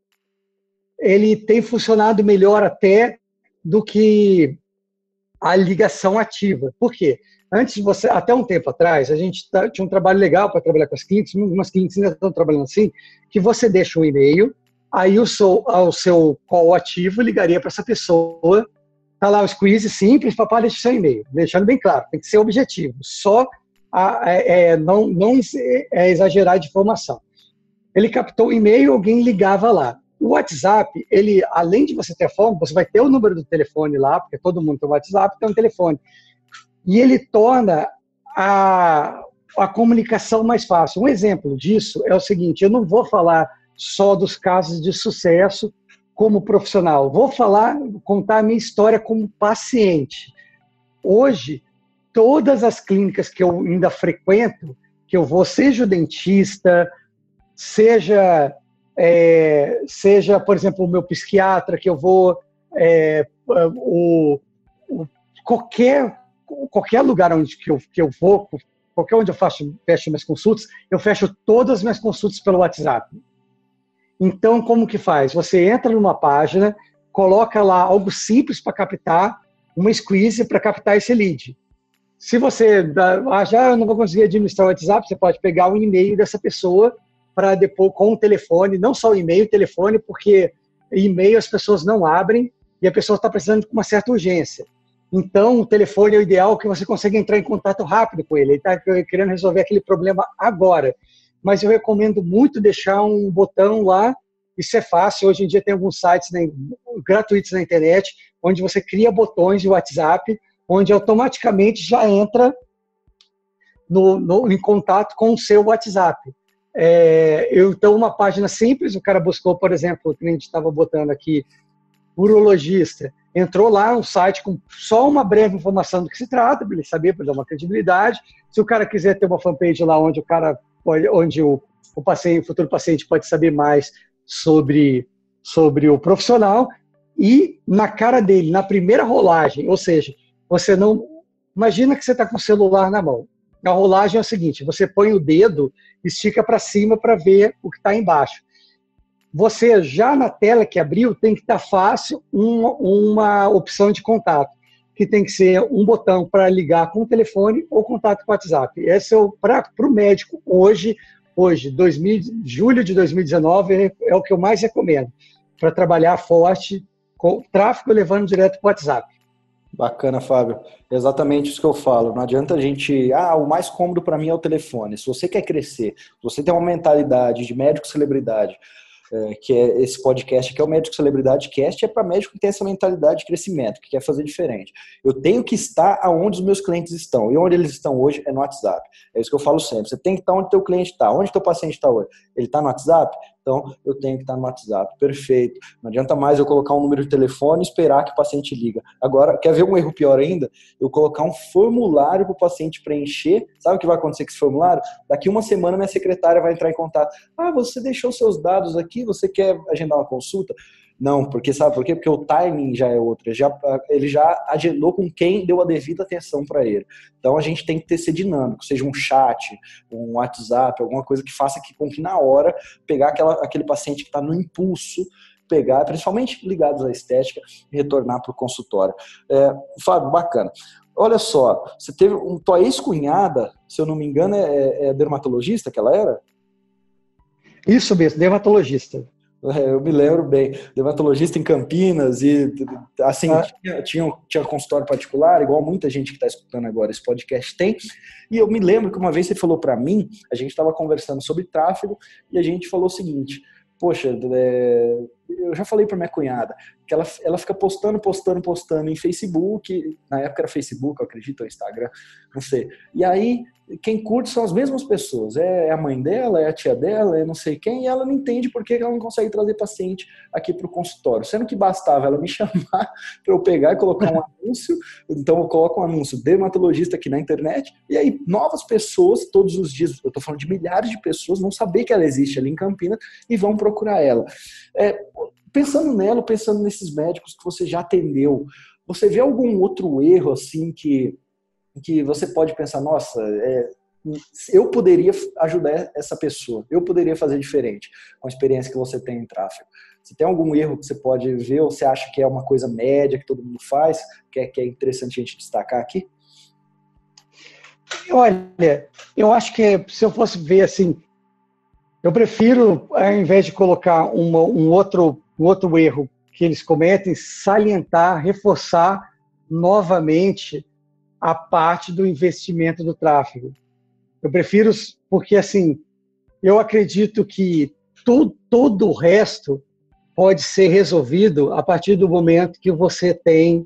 Ele tem funcionado melhor até do que a ligação ativa. Por quê? Até um tempo atrás, a gente tinha um trabalho legal para trabalhar com as clínicas, algumas clínicas ainda estão trabalhando assim, que você deixa um e-mail, aí o seu call ativo ligaria para essa pessoa, está lá o squeeze simples, papai, deixa o seu e-mail, deixando bem claro, tem que ser objetivo, só não exagerar de informação. Ele captou o e-mail, alguém ligava lá. O WhatsApp, além de você ter a forma, você vai ter o número do telefone lá, porque todo mundo tem o WhatsApp, tem um telefone. E ele torna a comunicação mais fácil. Um exemplo disso é o seguinte, eu não vou falar só dos casos de sucesso como profissional, vou contar a minha história como paciente. Hoje, todas as clínicas que eu ainda frequento, que eu vou, seja o dentista, seja, por exemplo, o meu psiquiatra, que eu vou, qualquer lugar onde eu vou, qualquer onde eu fecho minhas consultas, eu fecho todas as minhas consultas pelo WhatsApp. Então, como que faz? Você entra numa página, coloca lá algo simples para captar, uma squeeze para captar esse lead. Se você eu não vou conseguir administrar o WhatsApp, você pode pegar um e-mail dessa pessoa para depois, com o telefone, não só o e-mail, o telefone, porque e-mail as pessoas não abrem e a pessoa está precisando de uma certa urgência. Então, o telefone é o ideal, que você consegue entrar em contato rápido com ele. Ele está querendo resolver aquele problema agora. Mas eu recomendo muito deixar um botão lá. Isso é fácil. Hoje em dia tem alguns sites gratuitos na internet, onde você cria botões de WhatsApp, onde automaticamente já entra em contato com o seu WhatsApp. Então, uma página simples, o cara buscou, por exemplo, o cliente estava botando aqui, urologista, entrou lá um site com só uma breve informação do que se trata, para ele saber, para dar uma credibilidade. Se o cara quiser ter uma fanpage lá onde o paciente, o futuro paciente pode saber mais sobre o profissional, e na cara dele, na primeira rolagem, ou seja, você não... Imagina que você está com o celular na mão. A rolagem é o seguinte, você põe o dedo, estica para cima para ver o que está embaixo. Você, já na tela que abriu, tem que estar fácil uma opção de contato, que tem que ser um botão para ligar com o telefone ou contato com o WhatsApp. Esse é para o médico hoje, julho de 2019, é o que eu mais recomendo, para trabalhar forte com o tráfego levando direto para o WhatsApp. Bacana, Fábio. Exatamente isso que eu falo. Não adianta a gente... o mais cômodo para mim é o telefone. Se você quer crescer, se você tem uma mentalidade de médico celebridade, que é esse podcast, que é o Médico Celebridade Cast, é para médico que tem essa mentalidade de crescimento, que quer fazer diferente. Eu tenho que estar aonde os meus clientes estão. E onde eles estão hoje é no WhatsApp. É isso que eu falo sempre. Você tem que estar onde o teu cliente está. Onde o teu paciente está hoje? Ele está no WhatsApp? Então, eu tenho que estar no WhatsApp. Perfeito. Não adianta mais eu colocar um número de telefone e esperar que o paciente liga. Agora, quer ver um erro pior ainda? Eu colocar um formulário para o paciente preencher. Sabe o que vai acontecer com esse formulário? Daqui uma semana, minha secretária vai entrar em contato. Você deixou seus dados aqui, você quer agendar uma consulta? Não, porque sabe por quê? Porque o timing já é outro. Ele já agendou com quem deu a devida atenção para ele. Então a gente tem que ser dinâmico, seja um chat, um WhatsApp, alguma coisa que faça com que na hora pegar aquele paciente que está no impulso, pegar, principalmente ligados à estética, e retornar para o consultório. Fábio, bacana. Olha só, você teve tua ex-cunhada, se eu não me engano, é dermatologista que ela era? Isso mesmo, dermatologista. Eu me lembro bem, dermatologista em Campinas e assim, tinha consultório particular, igual muita gente que está escutando agora esse podcast tem, e eu me lembro que uma vez você falou para mim, a gente estava conversando sobre tráfego e a gente falou o seguinte, poxa, eu já falei para minha cunhada que ela fica postando em Facebook, na época era Facebook, eu acredito, ou Instagram, não sei, e aí quem curte são as mesmas pessoas, é a mãe dela, é a tia dela, é não sei quem, e ela não entende por que ela não consegue trazer paciente aqui para o consultório, sendo que bastava ela me chamar para eu pegar e colocar um anúncio, então eu coloco um anúncio dermatologista aqui na internet, e aí novas pessoas, todos os dias, eu estou falando de milhares de pessoas, vão saber que ela existe ali em Campinas e vão procurar ela. Pensando nela, pensando nesses médicos que você já atendeu, você vê algum outro erro assim que você pode pensar, nossa, eu poderia ajudar essa pessoa, eu poderia fazer diferente com a experiência que você tem em tráfego? Você tem algum erro que você pode ver ou você acha que é uma coisa média que todo mundo faz, que é interessante a gente destacar aqui? Olha, eu acho que se eu fosse ver assim, eu prefiro, ao invés de colocar um outro erro que eles cometem, salientar, reforçar novamente a parte do investimento do tráfego. Eu prefiro, porque assim, eu acredito que todo o resto pode ser resolvido a partir do momento que você tem,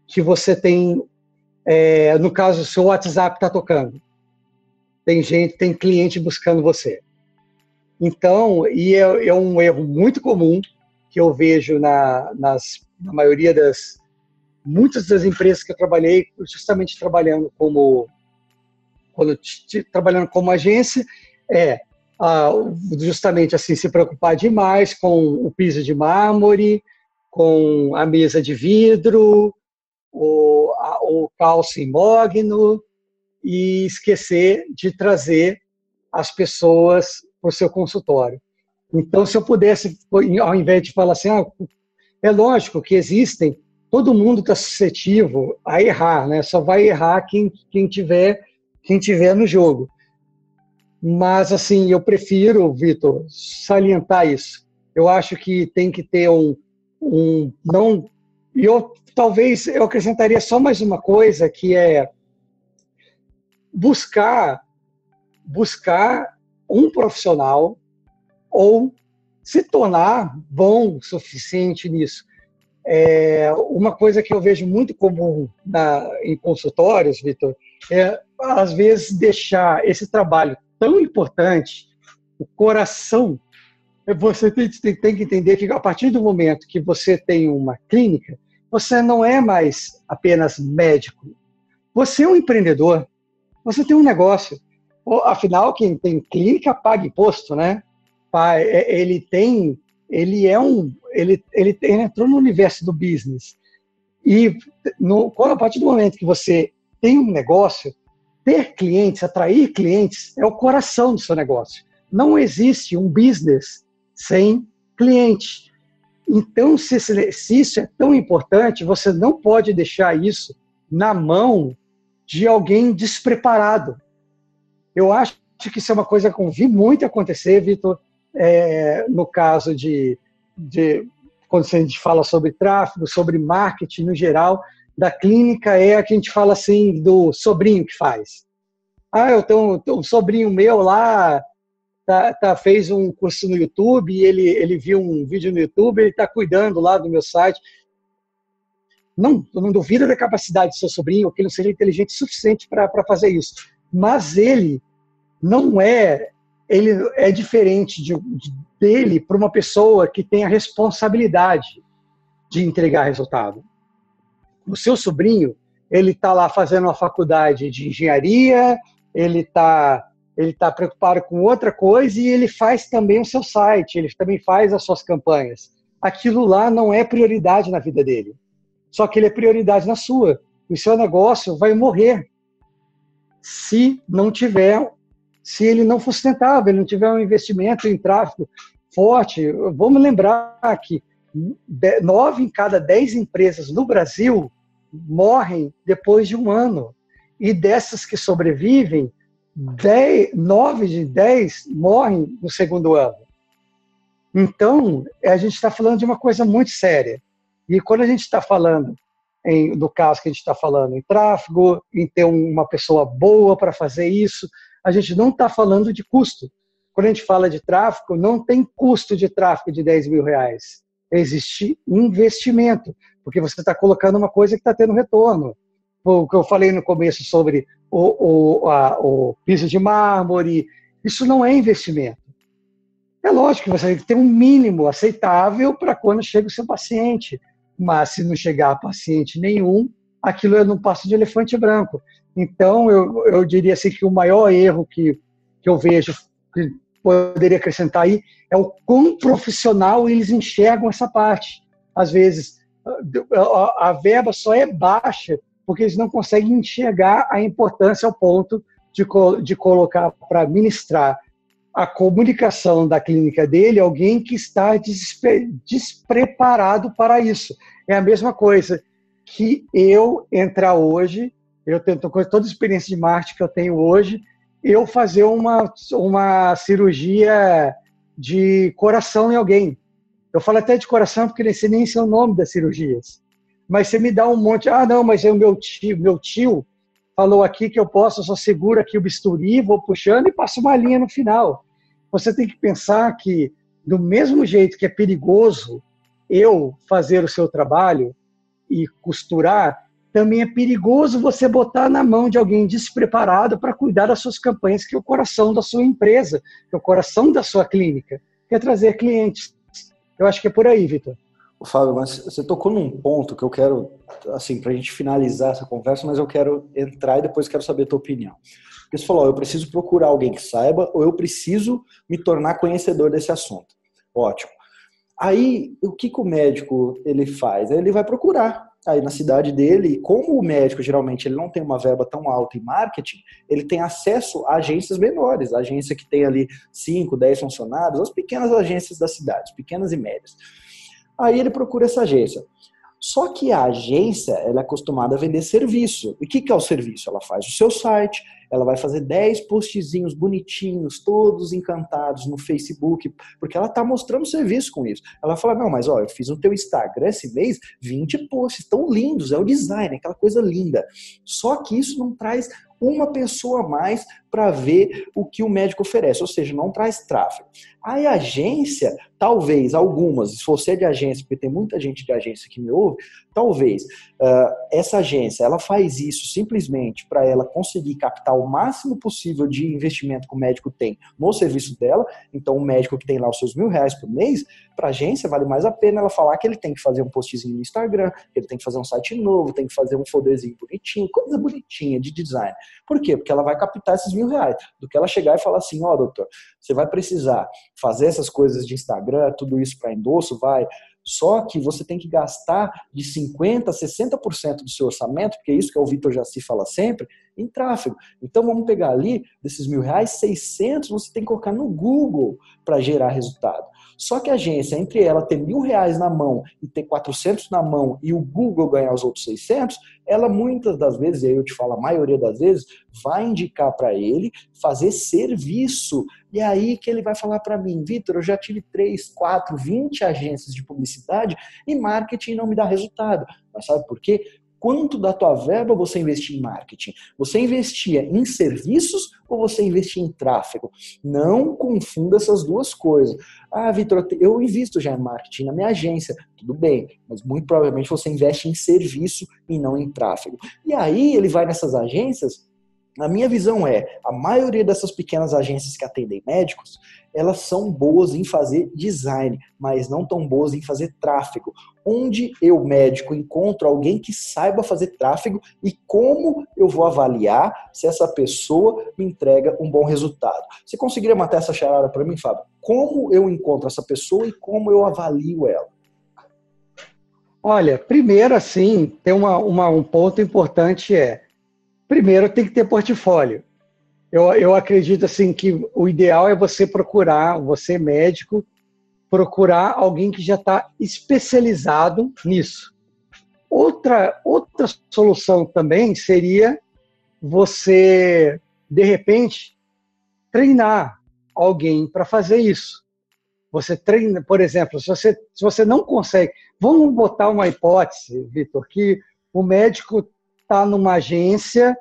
no caso, o seu WhatsApp está tocando. Tem cliente buscando você. Então, é um erro muito comum que eu vejo na maioria muitas das empresas que eu trabalhei, justamente trabalhando como agência, justamente assim, se preocupar demais com o piso de mármore, com a mesa de vidro, o calço imógno, e esquecer de trazer as pessoas para o seu consultório. Então, se eu pudesse, ao invés de falar assim, é lógico que todo mundo está suscetível a errar, né? Só vai errar quem tiver no jogo. Mas, assim, eu prefiro, Vitor, salientar isso. Eu acho que tem que ter talvez eu acrescentaria só mais uma coisa, que é buscar um profissional ou se tornar bom o suficiente nisso. Uma coisa que eu vejo muito comum em consultórios, Vitor, às vezes, deixar esse trabalho tão importante, o coração, você tem que entender que a partir do momento que você tem uma clínica, você não é mais apenas médico. Você é um empreendedor, você tem um negócio. Afinal, quem tem clínica paga imposto, né? Ele entrou no universo do business. E a partir do momento que você tem um negócio, ter clientes, atrair clientes, é o coração do seu negócio. Não existe um business sem cliente. Então, se isso é tão importante, você não pode deixar isso na mão de alguém despreparado. Eu acho que isso é uma coisa que eu vi muito acontecer, Vitor, no caso quando a gente fala sobre tráfego, sobre marketing no geral, da clínica é a que a gente fala assim do sobrinho que faz. Eu tenho um sobrinho meu lá, fez um curso no YouTube, e ele viu um vídeo no YouTube, ele está cuidando lá do meu site. Não duvido da capacidade do seu sobrinho, que ele não seja inteligente o suficiente para fazer isso. Mas ele é diferente dele para uma pessoa que tem a responsabilidade de entregar resultado. O seu sobrinho, ele está lá fazendo uma faculdade de engenharia, ele está preocupado com outra coisa, e ele faz também o seu site, ele também faz as suas campanhas. Aquilo lá não é prioridade na vida dele. Só que ele é prioridade na sua. O seu negócio vai morrer se ele não for sustentável, ele não tiver um investimento em tráfego forte. Vamos lembrar que 9 em cada 10 empresas no Brasil morrem depois de um ano. E dessas que sobrevivem, 9 de 10 morrem no segundo ano. Então, a gente está falando de uma coisa muito séria. E quando a gente está falando, no caso que a gente está falando em tráfego, em ter uma pessoa boa para fazer isso, a gente não está falando de custo. Quando a gente fala de tráfego, não tem custo de tráfego de R$10 mil. Existe investimento, porque você está colocando uma coisa que está tendo retorno. O que eu falei no começo sobre o piso de mármore, isso não é investimento. É lógico que você tem que ter um mínimo aceitável para quando chega o seu paciente, mas se não chegar paciente nenhum, aquilo não passa de elefante branco. Então, eu diria assim que o maior erro que eu vejo, que poderia acrescentar aí, é o quão profissional eles enxergam essa parte. Às vezes, a verba só é baixa porque eles não conseguem enxergar a importância ao ponto de colocar para ministrar a comunicação da clínica dele alguém que está despreparado para isso. É a mesma coisa que eu entrar hoje, eu tenho toda a experiência de marketing que eu tenho hoje, eu fazer uma cirurgia de coração em alguém. Eu falo até de coração porque nem sei nem o nome das cirurgias. Mas você me dá um monte, não, mas é o meu tio falou aqui que eu só seguro aqui o bisturi, vou puxando e passo uma linha no final. Você tem que pensar que, do mesmo jeito que é perigoso eu fazer o seu trabalho e costurar, também é perigoso você botar na mão de alguém despreparado para cuidar das suas campanhas, que é o coração da sua empresa, que é o coração da sua clínica, que é trazer clientes. Eu acho que é por aí, Vitor. Fábio, mas você tocou num ponto que eu quero, assim, para a gente finalizar essa conversa, mas eu quero entrar e depois quero saber a tua opinião. Porque você falou, eu preciso procurar alguém que saiba ou eu preciso me tornar conhecedor desse assunto. Ótimo. Aí, o que o médico ele faz? Ele vai procurar aí na cidade dele, e como o médico geralmente ele não tem uma verba tão alta em marketing, ele tem acesso a agências menores, a agência que tem ali 5, 10 funcionários, as pequenas agências da cidade, pequenas e médias. Aí ele procura essa agência. Só que a agência ela é acostumada a vender serviço. E o que é o serviço? Ela faz o seu site, ela vai fazer 10 postzinhos bonitinhos, todos encantados no Facebook, porque ela está mostrando serviço com isso. Ela fala, não, mas ó, eu fiz no teu Instagram esse mês 20 posts tão lindos, é o design, aquela coisa linda. Só que isso não traz uma pessoa a mais para ver o que o médico oferece, ou seja, não traz tráfego. Aí a agência, talvez, algumas, se você é de agência, porque tem muita gente de agência que me ouve, talvez essa agência, ela faz isso simplesmente para ela conseguir captar o máximo possível de investimento que o médico tem no serviço dela. Então o médico que tem lá os seus R$1.000 por mês, para a agência vale mais a pena ela falar que ele tem que fazer um postzinho no Instagram, que ele tem que fazer um site novo, tem que fazer um folderzinho bonitinho, coisa bonitinha de design. Por quê? Porque ela vai captar esses R$1.000, do que ela chegar e falar assim, doutor, você vai precisar fazer essas coisas de Instagram, tudo isso para endosso, vai. Só que você tem que gastar de 50% a 60% do seu orçamento, porque é isso que o Vitor Jaci fala sempre, em tráfego. Então vamos pegar ali, desses R$1.000, 600 você tem que colocar no Google para gerar resultado. Só que a agência, entre ela ter R$1.000 na mão e ter 400 na mão e o Google ganhar os outros 600, ela muitas das vezes, e aí eu te falo a maioria das vezes, vai indicar para ele fazer serviço. E é aí que ele vai falar para mim, Vitor, eu já tive 3, 4, 20 agências de publicidade e marketing não me dá resultado. Mas sabe por quê? Quanto da tua verba você investia em marketing? Você investia em serviços ou você investia em tráfego? Não confunda essas duas coisas. Vitor, eu invisto já em marketing na minha agência. Tudo bem, mas muito provavelmente você investe em serviço e não em tráfego. E aí ele vai nessas agências. A minha visão a maioria dessas pequenas agências que atendem médicos, elas são boas em fazer design, mas não tão boas em fazer tráfego. Onde eu, médico, encontro alguém que saiba fazer tráfego e como eu vou avaliar se essa pessoa me entrega um bom resultado. Você conseguiria matar essa charada para mim, Fábio? Como eu encontro essa pessoa e como eu avalio ela? Olha, primeiro, assim, tem um ponto importante primeiro, tem que ter portfólio. Eu acredito assim que o ideal é você procurar, você médico, procurar alguém que já está especializado nisso. Outra solução também seria você, de repente, treinar alguém para fazer isso. Você treina, por exemplo, se você não consegue... Vamos botar uma hipótese, Vitor, que o médico está numa agência,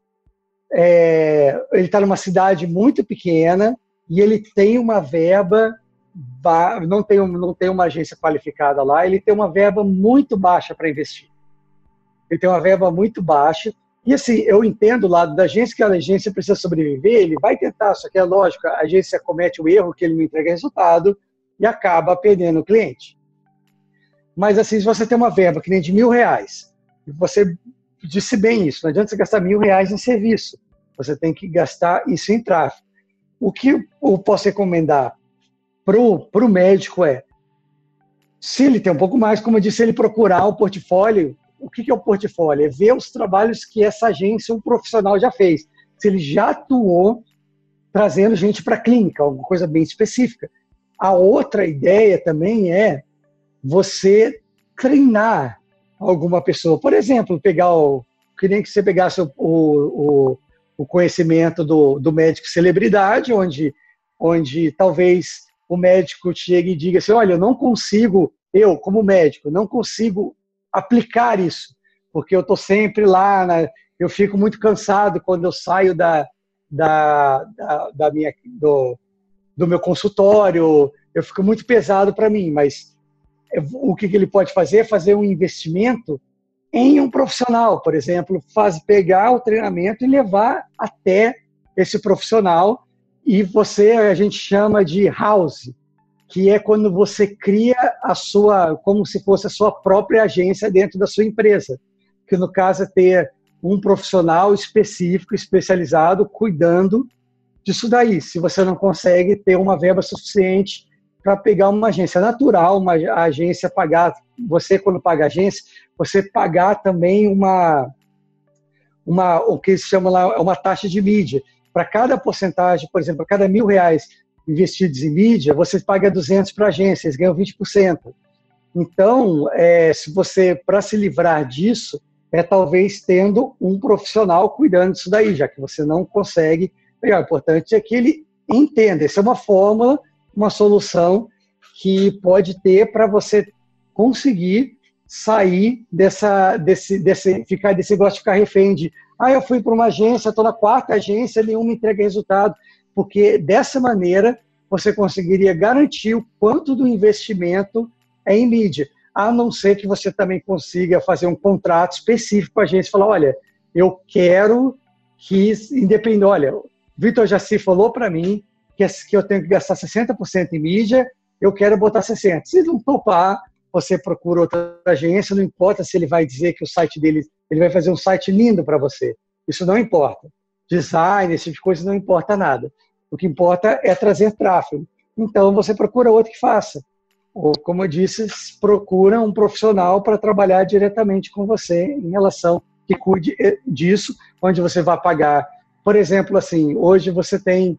ele está numa cidade muito pequena e ele tem uma verba, não tem uma agência qualificada lá, ele tem uma verba muito baixa para investir. Ele tem uma verba muito baixa e assim, eu entendo o lado da agência, que a agência precisa sobreviver, ele vai tentar, só que é lógico, a agência comete o erro que ele não entrega resultado e acaba perdendo o cliente. Mas assim, se você tem uma verba que nem de R$1.000, e você disse bem isso, não adianta você gastar R$1.000 em serviço, você tem que gastar isso em tráfego. O que eu posso recomendar para o médico se ele tem um pouco mais, como eu disse, ele procurar o portfólio. O que é o portfólio? É ver os trabalhos que essa agência, um profissional já fez. Se ele já atuou trazendo gente para a clínica, alguma coisa bem específica. A outra ideia também é você treinar alguma pessoa. Por exemplo, que nem que você pegasse o conhecimento do médico celebridade, onde talvez o médico chegue e diga assim, olha, eu como médico, não consigo aplicar isso, porque eu estou sempre lá, eu fico muito cansado quando eu saio do meu consultório, eu fico muito pesado para mim, mas o que ele pode fazer é fazer um investimento em um profissional, por exemplo, pegar o treinamento e levar até esse profissional, e a gente chama de house, que é quando você cria como se fosse a sua própria agência dentro da sua empresa, que no caso é ter um profissional específico, especializado, cuidando disso daí. Se você não consegue ter uma verba suficiente para pegar uma agência natural, a agência pagar, você quando paga a agência, você pagar também o que se chama lá, uma taxa de mídia. Para cada porcentagem, por exemplo, a cada R$1.000 investidos em mídia, você paga 200 para a agência, eles ganham 20%. Então, para se livrar disso, talvez tendo um profissional cuidando disso daí, já que você não consegue pegar. O importante é que ele entenda. Essa é uma fórmula, uma solução que pode ter para você conseguir sair ficar desse negócio de ficar refém de eu fui para uma agência, estou na quarta agência, nenhuma entrega resultado, porque dessa maneira você conseguiria garantir o quanto do investimento é em mídia, a não ser que você também consiga fazer um contrato específico com a agência e falar, olha, eu quero que, independente, olha, Vitor Jaci falou para mim que eu tenho que gastar 60% em mídia, eu quero botar 60%. Se não topar, você procura outra agência, não importa se ele vai dizer que o site dele, ele vai fazer um site lindo para você. Isso não importa. Design, esse tipo de coisa não importa nada. O que importa é trazer tráfego. Então, você procura outro que faça. Ou, como eu disse, procura um profissional para trabalhar diretamente com você em relação que cuide disso, onde você vai pagar. Por exemplo, assim, hoje você tem...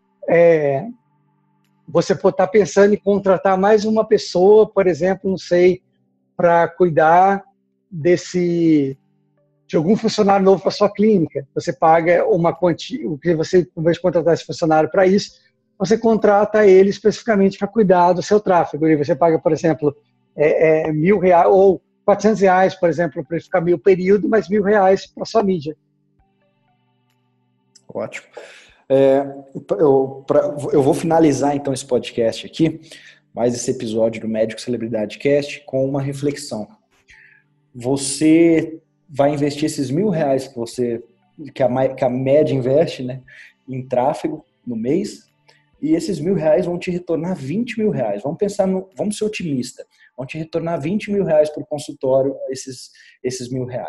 você pode estar pensando em contratar mais uma pessoa, por exemplo, não sei, para cuidar de algum funcionário novo para sua clínica. Você paga uma quantia, o que você, ao invés de contratar esse funcionário para isso, você contrata ele especificamente para cuidar do seu tráfego. E você paga, por exemplo, R$1.000 ou R$400, por exemplo, para ele ficar meio período, mas R$1.000 para sua mídia. Ótimo. Eu vou finalizar então esse podcast aqui, mais esse episódio do Médico Celebridade Cast, com uma reflexão. Você vai investir esses R$1.000 que a média investe, né, em tráfego no mês, e esses R$1.000 vão te retornar R$20.000. Vamos ser otimistas, vão te retornar R$20.000 por consultório, esses R$1.000.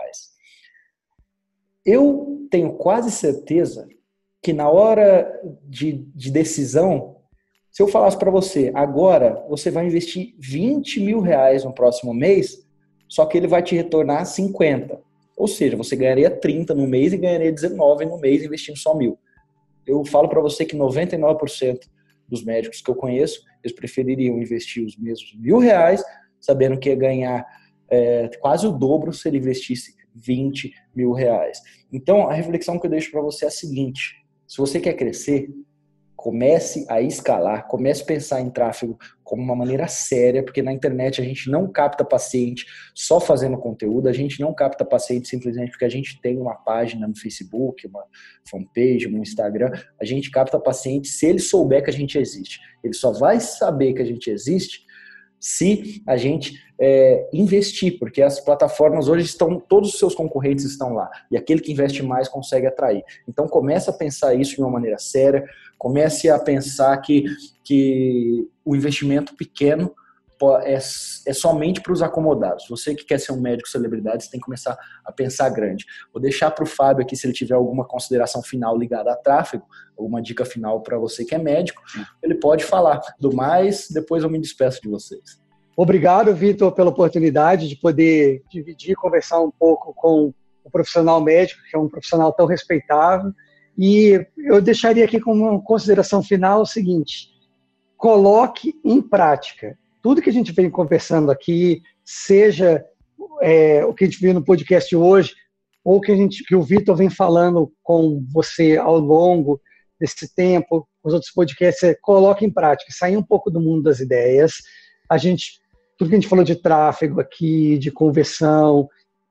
Eu tenho quase certeza que na hora de decisão, se eu falasse para você, agora você vai investir R$20.000 no próximo mês, só que ele vai te retornar 50. Ou seja, você ganharia 30 no mês e ganharia 19 no mês investindo só 1.000. Eu falo para você que 99% dos médicos que eu conheço, eles prefeririam investir os mesmos R$1.000, sabendo que ia ganhar quase o dobro se ele investisse R$20.000. Então, a reflexão que eu deixo para você é a seguinte: se você quer crescer, comece a escalar, comece a pensar em tráfego como uma maneira séria, porque na internet a gente não capta paciente só fazendo conteúdo, a gente não capta paciente simplesmente porque a gente tem uma página no Facebook, uma fanpage, um Instagram, a gente capta paciente se ele souber que a gente existe. Ele só vai saber que a gente existe se a gente investir, porque as plataformas hoje todos os seus concorrentes estão lá, e aquele que investe mais consegue atrair. Então comece a pensar isso de uma maneira séria, comece a pensar que o investimento pequeno é somente para os acomodados. Você que quer ser um médico celebridade, você tem que começar a pensar grande. Vou deixar para o Fábio aqui, se ele tiver alguma consideração final ligada a tráfego, alguma dica final para você que é médico, ele pode falar. Do mais, depois eu me despeço de vocês. Obrigado, Vitor, pela oportunidade de poder dividir, conversar um pouco com o profissional médico, que é um profissional tão respeitável. E eu deixaria aqui como uma consideração final o seguinte: coloque em prática tudo que a gente vem conversando aqui, seja o que a gente viu no podcast hoje, ou que o Vitor vem falando com você ao longo desse tempo, os outros podcasts, coloque em prática, saia um pouco do mundo das ideias. Tudo que a gente falou de tráfego aqui, de conversão,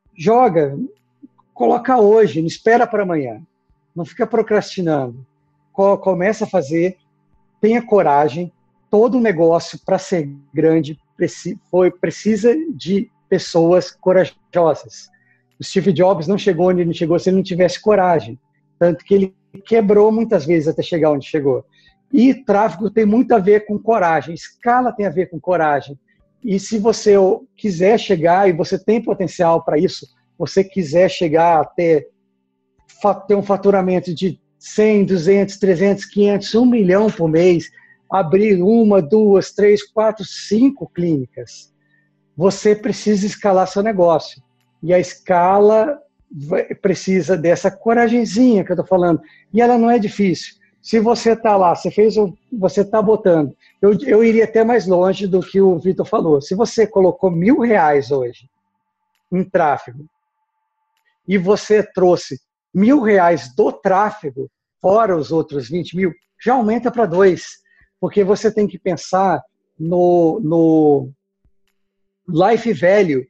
coloca hoje, não espera para amanhã, não fica procrastinando, começa a fazer, tenha coragem. Todo negócio, para ser grande, precisa de pessoas corajosas. O Steve Jobs não chegou onde ele chegou se ele não tivesse coragem. Tanto que ele quebrou muitas vezes até chegar onde chegou. E tráfego tem muito a ver com coragem. Escala tem a ver com coragem. E se você quiser chegar, e você tem potencial para isso, você quiser chegar até ter um faturamento de 100, 200, 300, 500, 1 milhão por mês, abrir 1, 2, 3, 4, 5 clínicas, você precisa escalar seu negócio. E a escala precisa dessa coragenzinha que eu estou falando. E ela não é difícil. Se você está lá, você está botando. Eu iria até mais longe do que o Vitor falou. Se você colocou R$1.000 hoje em tráfego e você trouxe R$1.000 do tráfego, fora os outros 20.000, já aumenta para 2. Porque você tem que pensar no life value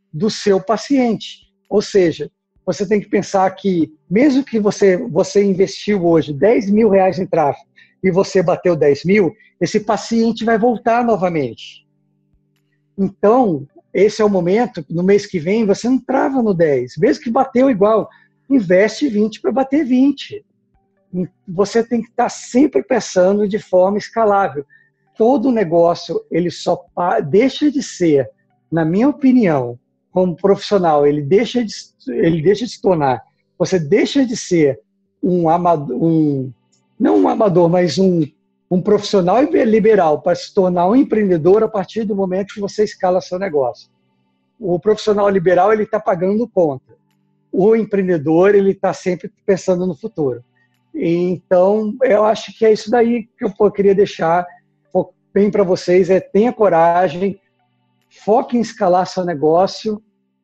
do seu paciente. Ou seja, você tem que pensar que, mesmo que você investiu hoje R$10.000 em tráfego e você bateu 10 mil, esse paciente vai voltar novamente. Então, esse é o momento, no mês que vem, você não trava no 10. Mesmo que bateu igual, investe 20 para bater 20. Você tem que estar sempre pensando de forma escalável. Todo negócio, ele só deixa de ser, na minha opinião, como profissional, ele deixa de se tornar, você deixa de ser um amador, não um amador, mas um profissional liberal para se tornar um empreendedor a partir do momento que você escala seu negócio. O profissional liberal, ele está pagando conta. O empreendedor, ele está sempre pensando no futuro. Então, eu acho que é isso daí que eu queria deixar bem para vocês, tenha coragem, foque em escalar seu negócio,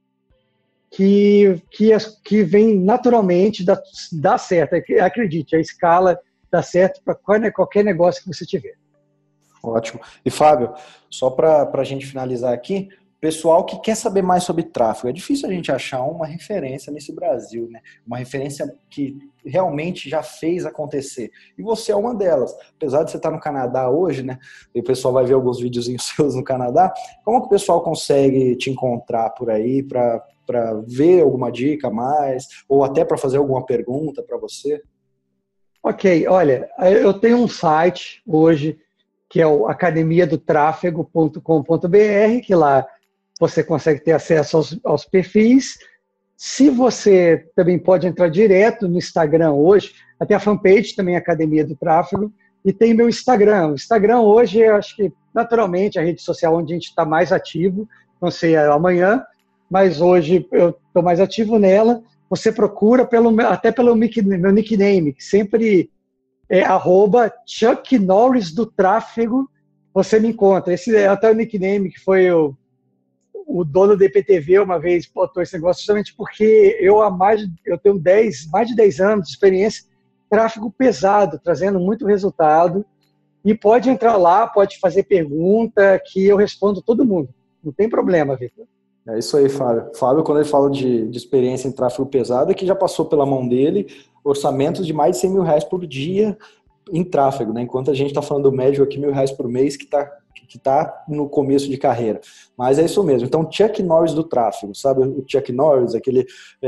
que vem naturalmente, dá certo. Acredite, a escala dá certo para qualquer negócio que você tiver. Ótimo. E Fábio, só para a gente finalizar aqui, pessoal que quer saber mais sobre tráfego, é difícil a gente achar uma referência nesse Brasil, né? Uma referência que realmente já fez acontecer. E você é uma delas. Apesar de você estar no Canadá hoje, né? E o pessoal vai ver alguns videozinhos seus no Canadá. Como que o pessoal consegue te encontrar por aí para ver alguma dica a mais? Ou até para fazer alguma pergunta para você? Ok, olha, eu tenho um site hoje que é o academiadotrafego.com.br, que lá você consegue ter acesso aos perfis. Se você também pode entrar direto no Instagram hoje, até a fanpage também, Academia do Tráfego, e tem meu Instagram. O Instagram hoje, eu acho que naturalmente a rede social onde a gente está mais ativo, não sei amanhã, mas hoje eu estou mais ativo nela. Você procura até pelo meu nickname, que sempre é @ChuckNorris do Tráfego, você me encontra. Esse é até o nickname que foi o dono do IPTV uma vez botou esse negócio, justamente porque eu tenho mais de 10 anos de experiência em tráfego pesado, trazendo muito resultado. E pode entrar lá, pode fazer pergunta, que eu respondo todo mundo. Não tem problema, Vitor. É isso aí, Fábio. Fábio, quando ele fala de experiência em tráfego pesado, é que já passou pela mão dele orçamentos de mais de R$100.000 por dia em tráfego, né? Enquanto a gente está falando do médio aqui, R$1.000 por mês, que tá no começo de carreira. Mas é isso mesmo. Então, Chuck Norris do tráfego, sabe? O Chuck Norris, aquele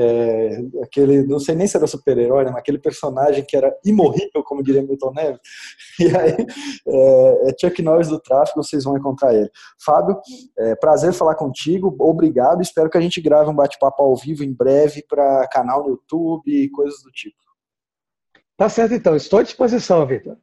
não sei nem se era super-herói, né? Mas aquele personagem que era imorrível, como diria Milton Neves. E aí, Chuck Norris do tráfego, vocês vão encontrar ele. Fábio, prazer falar contigo, obrigado. Espero que a gente grave um bate-papo ao vivo em breve para canal no YouTube e coisas do tipo. Tá certo, então. Estou à disposição, Vitor.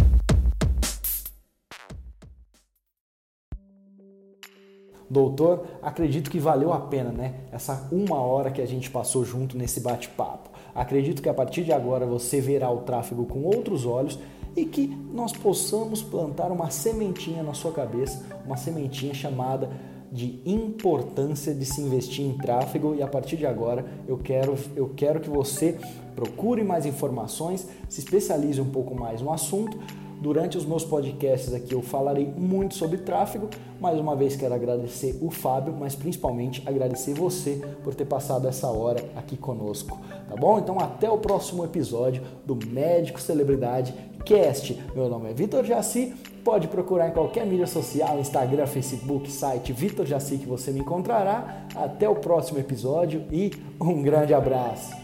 Doutor, acredito que valeu a pena, né? Essa 1 hora que a gente passou junto nesse bate-papo. Acredito que a partir de agora você verá o tráfego com outros olhos e que nós possamos plantar uma sementinha na sua cabeça, uma sementinha chamada de importância de se investir em tráfego. E a partir de agora eu quero que você procure mais informações, se especialize um pouco mais no assunto. Durante os meus podcasts aqui eu falarei muito sobre tráfego. Mais uma vez quero agradecer o Fábio, mas principalmente agradecer você por ter passado essa hora aqui conosco, tá bom? Então até o próximo episódio do Médico Celebridade Cast. Meu nome é Vitor Jaci, pode procurar em qualquer mídia social, Instagram, Facebook, site Vitor Jaci, que você me encontrará. Até o próximo episódio e um grande abraço!